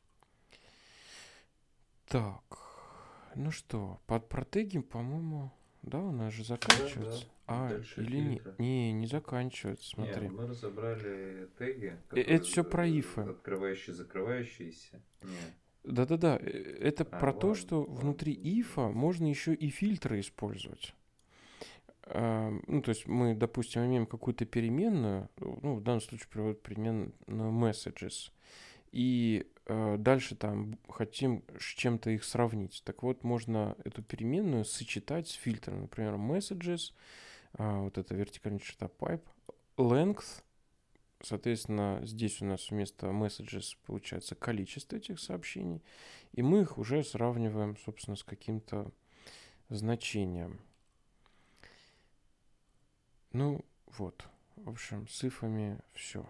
Так, ну что, под протегим, по-моему, да, у нас же заканчивается. Да, да. А, Дальше или не, фильтры. не, не заканчивается, Не, смотри. мы разобрали теги, Э, Это которые все про ифы. открывающие, закрывающиеся. Не. Да-да-да, э, это А, про то, ладно, что ладно. внутри ифа можно еще и фильтры использовать. А, Ну, то есть мы, допустим, имеем какую-то переменную, ну, в данном случае приводит переменную messages, и э, дальше там хотим с чем-то их сравнить. Так вот, можно эту переменную сочетать с фильтром. Например, messages, а, вот это вертикальная черта pipe, length, соответственно, здесь у нас вместо messages получается количество этих сообщений, и мы их уже сравниваем, собственно, с каким-то значением. Ну, вот. В общем, с ифами все.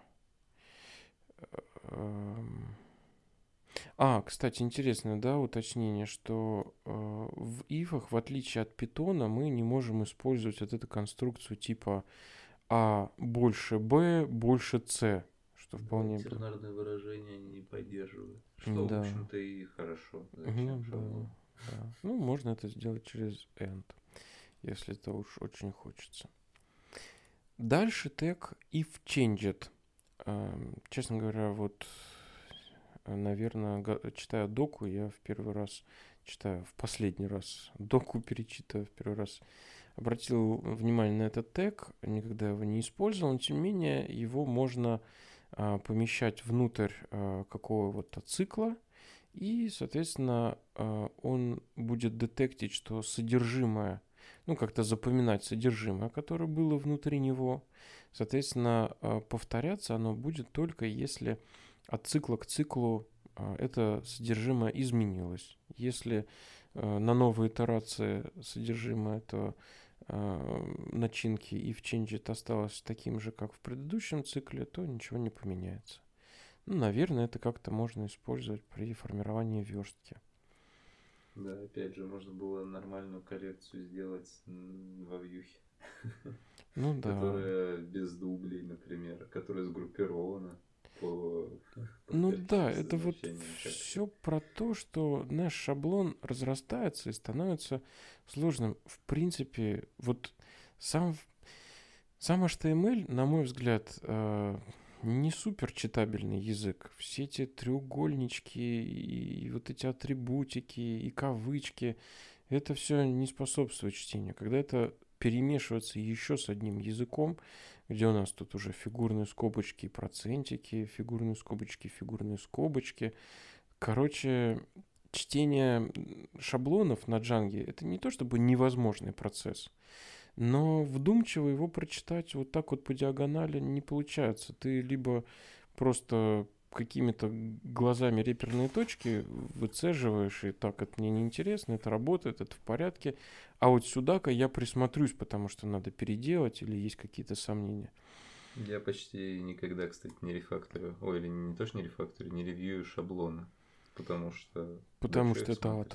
А, кстати, интересное, да, уточнение, что э, в ифах, в отличие от питона, мы не можем использовать вот эту конструкцию типа А больше Б больше С, что Да, вполне было. тернарные выражения они не поддерживают. Что, в Да, общем-то, и хорошо. ну Зачем да, шаблон? да. Ну, можно это сделать через end, если это уж очень хочется. Дальше тег if changed. Эм, Честно говоря, вот, наверное, читая доку, я в первый раз читаю, в последний раз доку перечитываю в первый раз, обратил внимание на этот тег, никогда его не использовал, но тем не менее его можно а, помещать внутрь а, какого-то цикла, и, соответственно, а, он будет детектить, что содержимое, ну, как-то запоминать содержимое, которое было внутри него. Соответственно, а, повторяться оно будет только если от цикла к циклу а, это содержимое изменилось. Если э, на новые итерации содержимое этого э, начинки и в Change осталось таким же, как в предыдущем цикле, то ничего не поменяется. Ну, наверное, это как-то можно использовать при формировании верстки. Да, опять же, можно было нормальную коррекцию сделать во вьюхе. Ну да. Которая без дублей, например, которая сгруппирована по, по Ну да, это вот значениям все про то, что наш шаблон разрастается и становится сложным. В принципе, вот сам, сам эйч ти эм эль, на мой взгляд, э, не супер читабельный язык. Все эти треугольнички и, и вот эти атрибутики и кавычки, это все не способствует чтению. Когда это перемешивается еще с одним языком, где у нас тут уже фигурные скобочки и процентики, фигурные скобочки, фигурные скобочки. Короче, чтение шаблонов на Django это не то чтобы невозможный процесс, но вдумчиво его прочитать вот так вот по диагонали не получается. Ты либо просто какими-то глазами реперные точки выцеживаешь, и так, это мне неинтересно, это работает, это в порядке. А вот сюда-ка я присмотрюсь, потому что надо переделать или есть какие-то сомнения. Я почти никогда, кстати, не рефакторю, ой, или не то, что не рефакторю, не ревью шаблоны, потому что... Потому что это ад.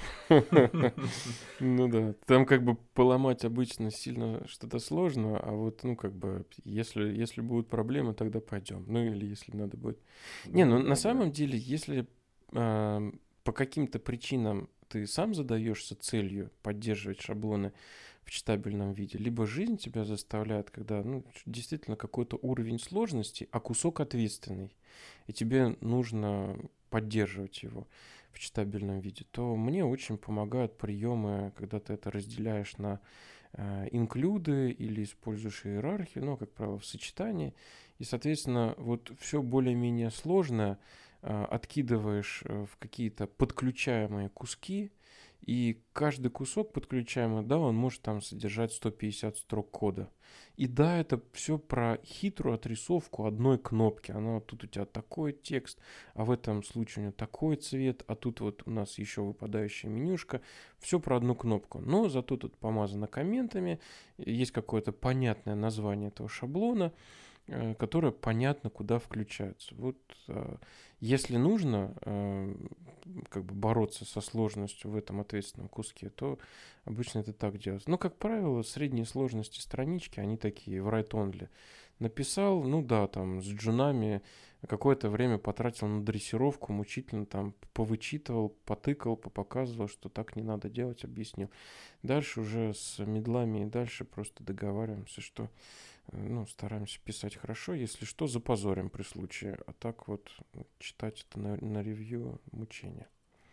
Ну да, там как бы поломать обычно сильно что-то сложно, а вот, ну как бы, если, если будут проблемы, тогда пойдем. Ну или если надо будет. Не, ну на самом деле, если по каким-то причинам ты сам задаешься целью поддерживать шаблоны в читабельном виде, либо жизнь тебя заставляет, когда ну, действительно какой-то уровень сложности, а кусок ответственный, и тебе нужно поддерживать его в читабельном виде, то мне очень помогают приемы, когда ты это разделяешь на э, инклюды или используешь иерархию, ну, как правило, в сочетании. И, соответственно, вот все более-менее сложное э, откидываешь в какие-то подключаемые куски, и каждый кусок подключаемый, да, он может там содержать сто пятьдесят строк кода. И да, это все про хитрую отрисовку одной кнопки. Она вот тут у тебя такой текст, а в этом случае у нее такой цвет, а тут вот у нас еще выпадающая менюшка. Все про одну кнопку. Но зато тут помазано комментами, есть какое-то понятное название этого шаблона, которое понятно, куда включается. Вот если нужно как бы бороться со сложностью в этом ответственном куске, то обычно это так делается. Но, как правило, средние сложности странички, они такие, в write-only. Написал, ну да, там с джунами какое-то время потратил на дрессировку, мучительно там повычитывал, потыкал, попоказывал, что так не надо делать, объяснил. Дальше уже с медлами и дальше просто договариваемся, что ну, стараемся писать хорошо, если что, запозорим при случае. А так вот читать это на, на ревью мучение.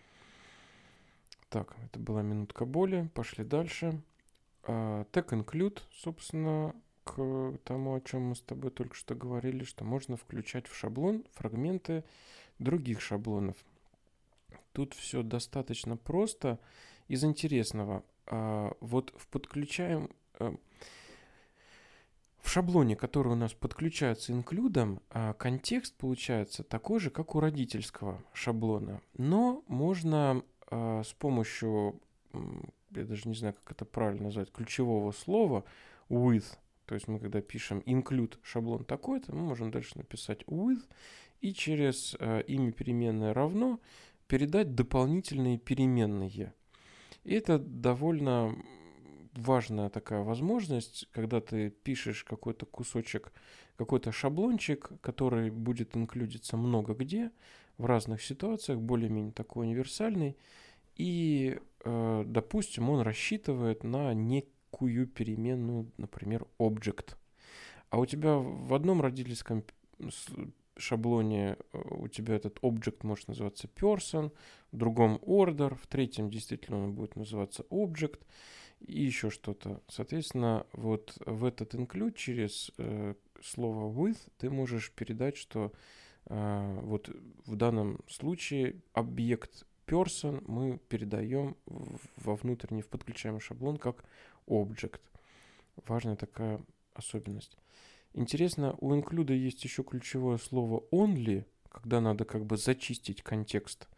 Так, это была минутка боли. Пошли дальше. Uh, tag include, собственно, к тому, о чем мы с тобой только что говорили, что можно включать в шаблон фрагменты других шаблонов. Тут все достаточно просто. Из интересного, uh, вот в подключаем... Uh, В шаблоне, который у нас подключается инклюдом, контекст получается такой же, как у родительского шаблона. Но можно э, с помощью, я даже не знаю, как это правильно назвать, ключевого слова with, то есть мы когда пишем include шаблон такой-то, мы можем дальше написать with и через э, имя переменное равно передать дополнительные переменные. И это довольно важная такая возможность, когда ты пишешь какой-то кусочек, какой-то шаблончик, который будет инклюдиться много где, в разных ситуациях, более-менее такой универсальный, и, э, допустим, он рассчитывает на некую переменную, например, object. А у тебя в одном родительском шаблоне у тебя этот object может называться person, в другом order, в третьем действительно он будет называться object, и еще что-то. Соответственно, вот в этот include через э, слово with ты можешь передать, что э, вот в данном случае объект person мы передаем во внутренний, в подключаемый шаблон как object. Важная такая особенность. Интересно, у include есть еще ключевое слово only, когда надо как бы зачистить контекст,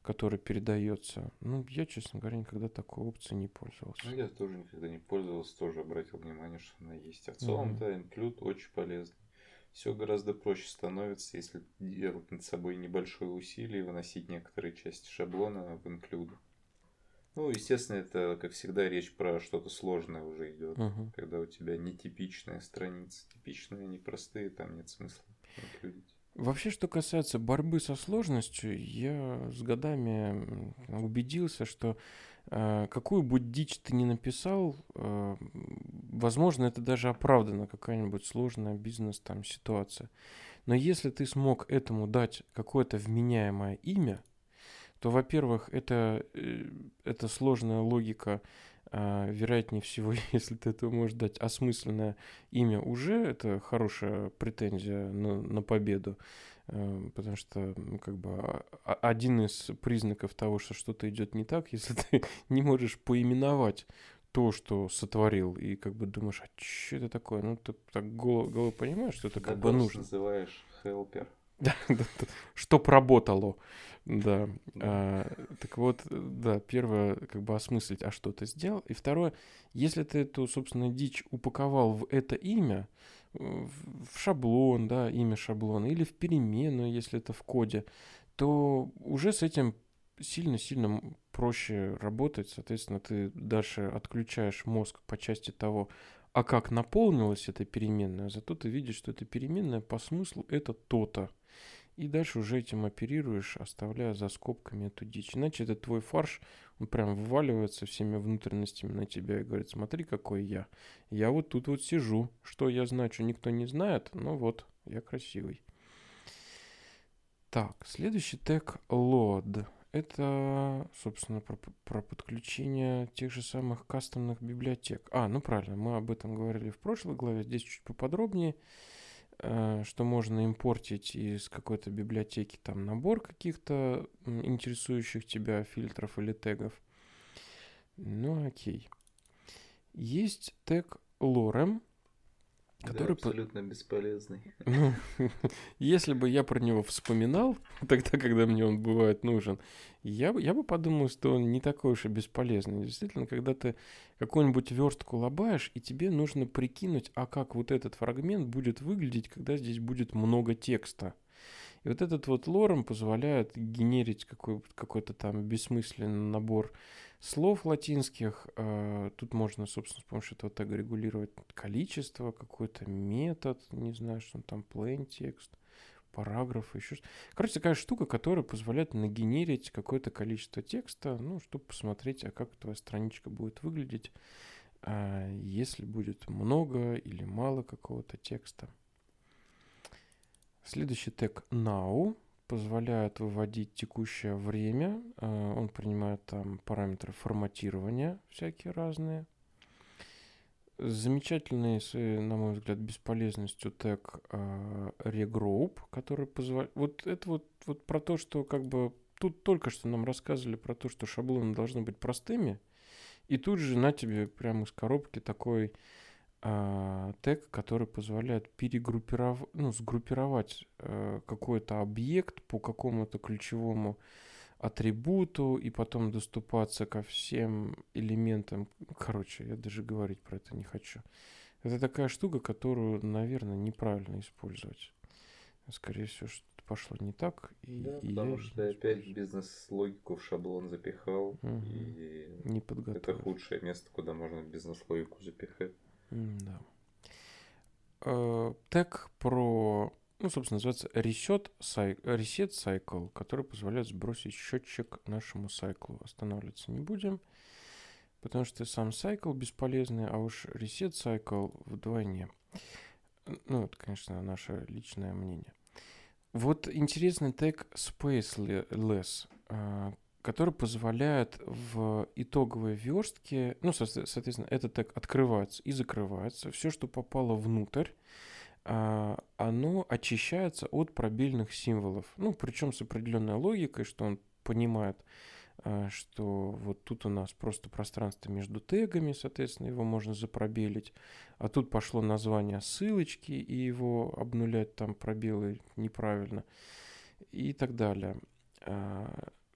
который передается. Ну, я, честно говоря, никогда такой опцией не пользовался. Ну, я тоже никогда не пользовался, тоже обратил внимание, что она есть. А в целом-то include очень полезный. Все гораздо проще становится, если делать над собой небольшое усилие и выносить некоторые части шаблона в include. Ну, естественно, это, как всегда, речь про что-то сложное уже идет. Uh-huh. Когда у тебя нетипичная страница. Типичные, непростые, там нет смысла инклюдить. Вообще, что касается борьбы со сложностью, я с годами убедился, что э, какую бы дичь ты ни написал, э, возможно, это даже оправдана какая-нибудь сложная бизнес там ситуация. Но если ты смог этому дать какое-то вменяемое имя, то, во-первых, это, э, это сложная логика, э, вероятнее всего, если ты этого можешь дать осмысленное имя уже, это хорошая претензия на, на победу, э, потому что ну, как бы а, один из признаков того, что что-то идет не так, если ты не можешь поименовать то, что сотворил, и как бы думаешь, а что это такое? Ну, ты так голову, голову понимаешь, что это как бы нужно. Называешь helper. Чтоб работало. Да. А, так вот, да, первое, как бы осмыслить, а что ты сделал. И второе, если ты эту, собственно, дичь упаковал в это имя, в шаблон, да, имя шаблона, или в переменную, если это в коде, то уже с этим сильно-сильно проще работать. Соответственно, ты дальше отключаешь мозг по части того, а как наполнилась эта переменная, зато ты видишь, что эта переменная по смыслу это то-то. И дальше уже этим оперируешь, оставляя за скобками эту дичь. Иначе этот твой фарш, он прям вываливается всеми внутренностями на тебя и говорит, смотри, какой я. Я вот тут вот сижу. Что я значу, никто не знает, но вот, я красивый. Так, следующий тег load. Это, собственно, про, про подключение тех же самых кастомных библиотек. А, ну правильно, мы об этом говорили в прошлой главе, здесь чуть поподробнее, что можно импортить из какой-то библиотеки там набор каких-то интересующих тебя фильтров или тегов. Ну окей. Есть тег lorem, который да, абсолютно по... бесполезный. Ну, если бы я про него вспоминал, тогда, когда мне он бывает нужен, я, я бы подумал, что он не такой уж и бесполезный. Действительно, когда ты какую-нибудь верстку лобаешь, и тебе нужно прикинуть, а как вот этот фрагмент будет выглядеть, когда здесь будет много текста. И вот этот вот лорем позволяет генерить какой- какой-то там бессмысленный набор слов латинских. Тут можно, собственно, с помощью этого тега регулировать количество, какой-то метод, не знаю, что там, plain текст, параграфы, еще что-то. Короче, такая штука, которая позволяет нагенерить какое-то количество текста, ну, чтобы посмотреть, а как твоя страничка будет выглядеть, если будет много или мало какого-то текста. Следующий тег now позволяет выводить текущее время. Он принимает там параметры форматирования всякие разные. Замечательный, на мой взгляд, бесполезностью тег regroup, который позволяет... Вот это вот, вот про то, что как бы... Тут только что нам рассказывали про то, что шаблоны должны быть простыми. И тут же на тебе прямо из коробки такой... тег, который позволяет перегруппировать, ну, сгруппировать э, какой-то объект по какому-то ключевому атрибуту и потом доступаться ко всем элементам. Короче, я даже говорить про это не хочу. Это такая штука, которую, наверное, неправильно использовать. Скорее всего, что-то пошло не так. И, да, и потому я что опять бизнес-логику в шаблон запихал. Угу. И не подготовил. Это худшее место, куда можно бизнес-логику запихать. Да. Тег про, ну, собственно, называется reset, reset cycle, который позволяет сбросить счетчик нашему сайклу. Останавливаться не будем, потому что сам cycle бесполезный, а уж reset cycle вдвойне. Ну, это, конечно, наше личное мнение. Вот интересный тег spaceless, который позволяет в итоговой верстке, ну, соответственно, этот тег открывается и закрывается. Все, что попало внутрь, оно очищается от пробельных символов. Ну, причем с определенной логикой, что он понимает, что вот тут у нас просто пространство между тегами, соответственно, его можно запробелить. А тут пошло название ссылочки, и его обнулять там пробелы неправильно. И так далее.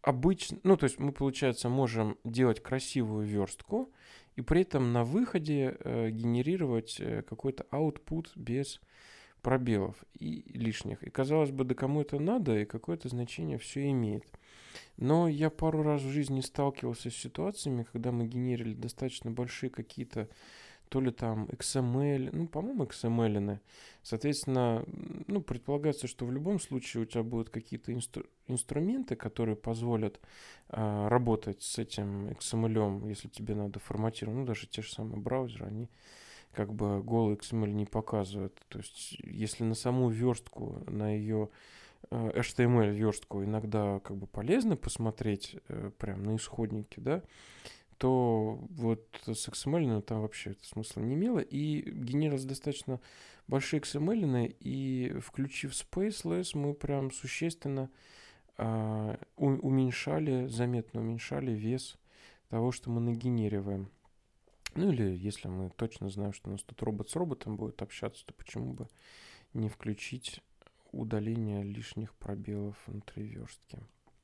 обычно, ну, то есть мы, получается, можем делать красивую верстку и при этом на выходе э, генерировать э, какой-то output без пробелов и лишних. И казалось бы, да кому это надо, и какое-то значение все имеет. Но я пару раз в жизни сталкивался с ситуациями, когда мы генерили достаточно большие какие-то, то ли там икс эм эль, ну, по-моему, икс эм эль. Соответственно, ну, предполагается, что в любом случае у тебя будут какие-то инстру- инструменты, которые позволят а, работать с этим икс эм эль, если тебе надо форматировать. Ну, даже те же самые браузеры, они как бы голый икс эм эль не показывают. То есть, если на саму верстку, на ее э, эйч ти эм эль верстку иногда как бы полезно посмотреть э, прям на исходнике, да, то вот с икс эм эль ну, там вообще это смысла не имело. И генерировались достаточно большие икс эм эль, и включив Spaceless, мы прям существенно а, у- уменьшали, заметно уменьшали вес того, что мы нагенериваем. Ну или если мы точно знаем, что у нас тут робот с роботом будет общаться, то почему бы не включить удаление лишних пробелов внутри верстки.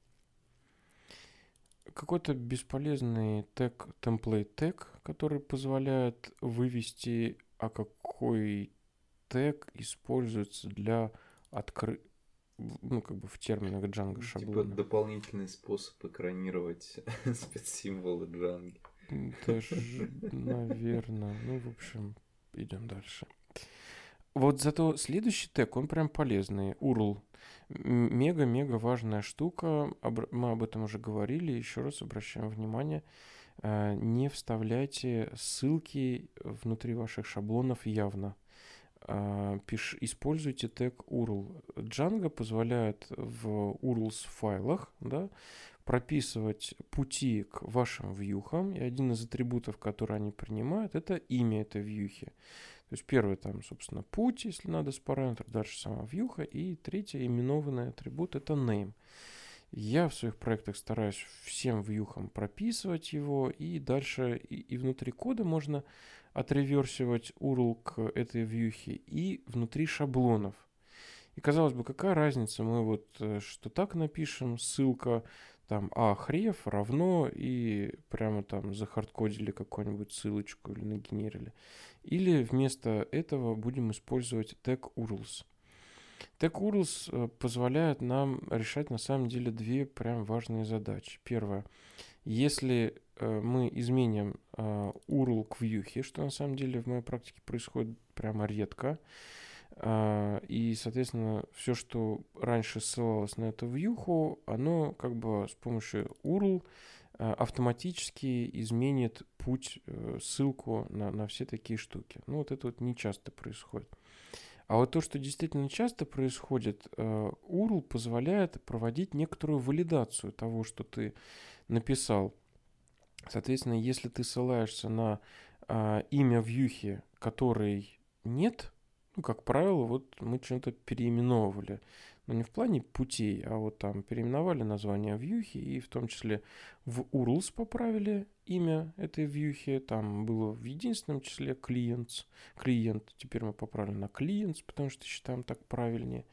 Какой-то бесполезный тег, template тег, который позволяет вывести, а какой тег используется для откры... ну, как бы в терминах Django Типа шаблона. дополнительный способ экранировать спецсимволы Django. Даже, наверное. Ну, в общем, идем дальше. Вот зато следующий тег, он прям полезный. ю ар эл. Мега-мега важная штука. Мы об этом уже говорили. Еще раз обращаем внимание. Не вставляйте ссылки внутри ваших шаблонов явно. Пиш, используйте тег ю ар эл. Django позволяет в ю ар элс файлах, да, прописывать пути к вашим вьюхам. И один из атрибутов, который они принимают, это имя этой вьюхи. То есть первый там, собственно, путь, если надо, с параметров, дальше сама вьюха, и третий именованный атрибут это name. Я в своих проектах стараюсь всем вьюхам прописывать его, и дальше и, и внутри кода можно отреверсивать ю ар эл к этой вьюхе, и внутри шаблонов. И казалось бы, какая разница, мы вот э, что так напишем, ссылка там а хрев равно и прямо там захардкодили какую-нибудь ссылочку или нагенерили. Или вместо этого будем использовать тег ю ар элс. Тег ю ар элс э, позволяет нам решать на самом деле две прям важные задачи. Первое. Если э, мы изменим э, ю ар эл к вьюхе, что на самом деле в моей практике происходит прямо редко, и, соответственно, все, что раньше ссылалось на эту вьюху, оно как бы с помощью ю ар эл автоматически изменит путь, ссылку на, на все такие штуки. Ну, вот это вот не часто происходит. А вот то, что действительно часто происходит, ю ар эл позволяет проводить некоторую валидацию того, что ты написал. Соответственно, если ты ссылаешься на имя вьюхи, которой нет, ну, как правило, вот мы что-то переименовывали. Но не в плане путей, а вот там переименовали название вьюхи, и в том числе в ю ар элс поправили имя этой вьюхи. Там было в единственном числе clients, клиент. Теперь мы поправили на clients, потому что считаем так правильнее.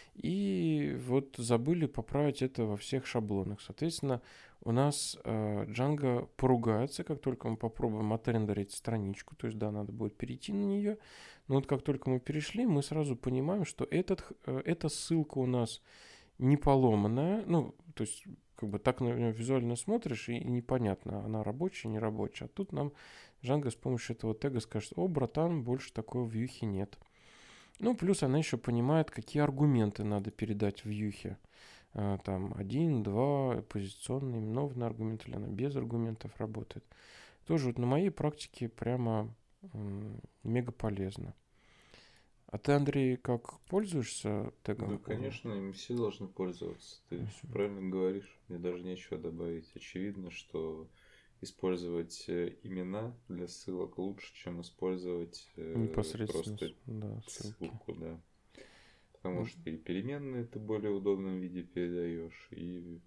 И вот забыли поправить это во всех шаблонах. Соответственно, у нас э, Django поругается, как только мы попробуем отрендерить страничку. То есть, да, надо будет перейти на нее. Но вот как только мы перешли, мы сразу понимаем, что этот, э, эта ссылка у нас не поломанная. Ну, то есть, как бы так на нее визуально смотришь, и непонятно, она рабочая, не рабочая. А тут нам Django с помощью этого тега скажет: о, братан, больше такой вьюхи нет. Ну, плюс она еще понимает, какие аргументы надо передать в вьюхе. Там один, два, позиционный, именованный аргумент, или она без аргументов работает. Тоже вот на моей практике прямо м, мега полезно. А ты, Андрей, как пользуешься тегом Да, ю ар эл? конечно, им все должны пользоваться. Ты все правильно говоришь. Мне даже нечего добавить. Очевидно, что использовать э, имена для ссылок лучше, чем использовать э, Непосредственно, просто да, ссылки. ссылку, да. Потому что и переменные ты в более удобном виде передаешь, и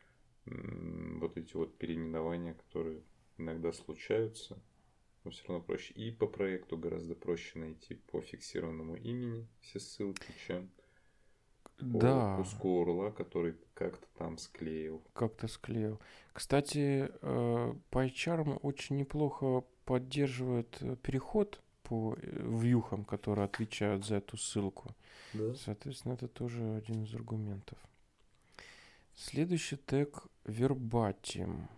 м, вот эти вот переименования, которые иногда случаются, но все равно проще. И по проекту гораздо проще найти по фиксированному имени все ссылки, чем по Да, куску урла, который как-то там склеил. как-то склеил. Кстати, э, PyCharm очень неплохо поддерживает э, переход по э, вьюхам, которые отвечают за эту ссылку. Да? Соответственно, это тоже один из аргументов. Следующий тег verbatim.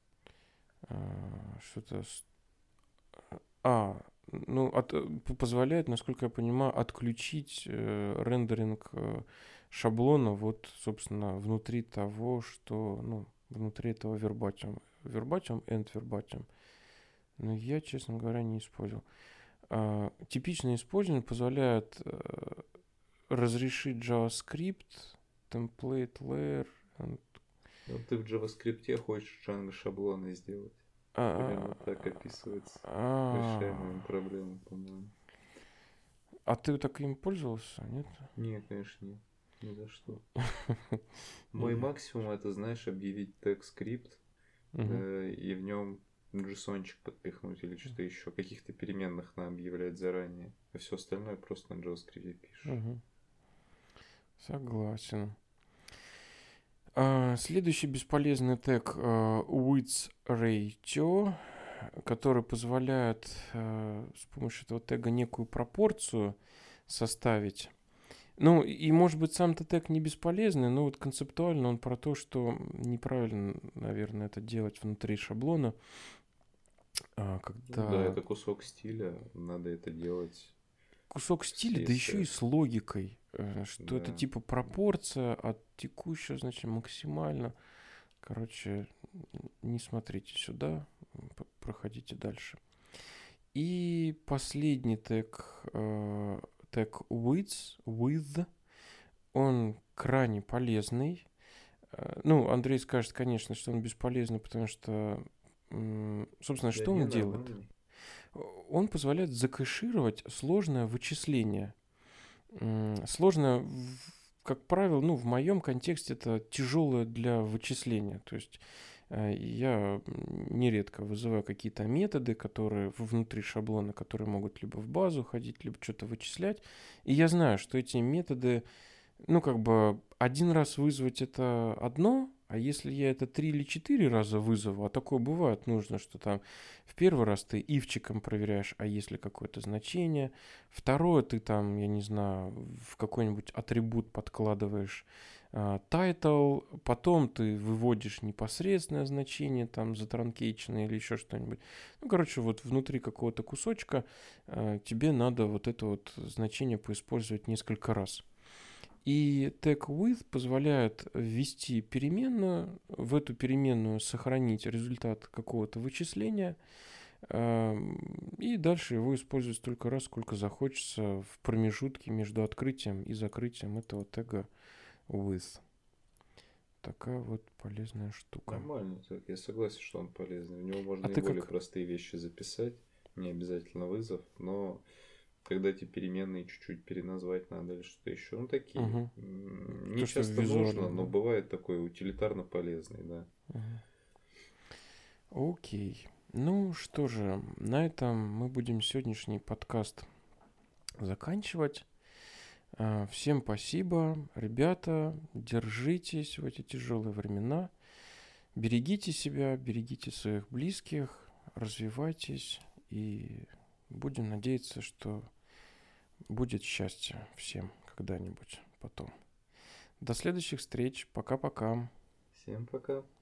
А, Что-то... с- А, ну, от- э, п- позволяет, насколько я понимаю, отключить э, рендеринг э, шаблона вот, собственно, внутри того, что, ну, внутри этого verbatim. Verbatim and verbatim. Но я, честно говоря, не использовал. А, типичное использование позволяет э, разрешить JavaScript, template layer. and- Ну, ты в JavaScript хочешь Django шаблоны сделать. Примерно так А, описывается а, решаемая проблема, по-моему. а ты так им пользовался, нет? Не, конечно, нет. Ни за что. Мой Или- максимум это, знаешь, объявить тег скрипт Мгм. э, и в нем JSON-чик подпихнуть или что-то еще. Каких-то переменных надо объявлять заранее. А все остальное просто на JavaScript пишешь. Мгм. Согласен. А, следующий бесполезный тег э, width ratio, который позволяет э, с помощью этого тега некую пропорцию составить. Ну, и может быть сам-то тег не бесполезный, но вот концептуально он про то, что неправильно, наверное, это делать внутри шаблона, а, Ну да, когда это кусок стиля, надо это делать кусок в стиля, да еще и си эс эс. с логикой, э, что это Да. типа пропорция от текущего, значит, максимально. Короче, не смотрите сюда, п- проходите дальше. И последний тег, э, тег width, with, он крайне полезный. Э, Ну, Андрей скажет, конечно, что он бесполезный, потому что, м, собственно, Да что не, он делает? нормальный. Он позволяет закэшировать сложное вычисление. М, Сложное, в- как правило, ну, в моем контексте это тяжелое для вычисления. То есть э, я м, нередко вызываю какие-то методы, которые в- внутри шаблона, которые могут либо в базу ходить, либо что-то вычислять. И я знаю, что эти методы, ну, как бы один раз вызвать это одно, а если я это три или четыре раза вызову, а такое бывает, нужно, что там в первый раз ты ивчиком проверяешь, а если какое-то значение, второе ты там, я не знаю, в какой-нибудь атрибут подкладываешь а, title, потом ты выводишь непосредственное значение, там, затранкейченное или еще что-нибудь. Ну, короче, вот внутри какого-то кусочка а, тебе надо вот это вот значение поиспользовать несколько раз. И tag with позволяет ввести переменную, в эту переменную сохранить результат какого-то вычисления, ам, и дальше его использовать столько раз, сколько захочется в промежутке между открытием и закрытием этого тега with. Такая вот полезная штука. Нормально. Так, я согласен, что он полезный. В него А можно и ты более как? простые вещи записать. Не обязательно вызов, но когда эти переменные чуть-чуть переназвать надо или что-то еще. Ну, такие. Угу. М, Не То, что часто нужно, визуально, но да? бывает такой утилитарно полезный, да. Мгм. Окей. Ну что же, на этом мы будем сегодняшний подкаст заканчивать. А, Всем спасибо, ребята, держитесь в эти тяжелые времена, берегите себя, берегите своих близких, развивайтесь и будем надеяться, что будет счастье всем когда-нибудь потом. До следующих встреч, пока-пока. Всем пока.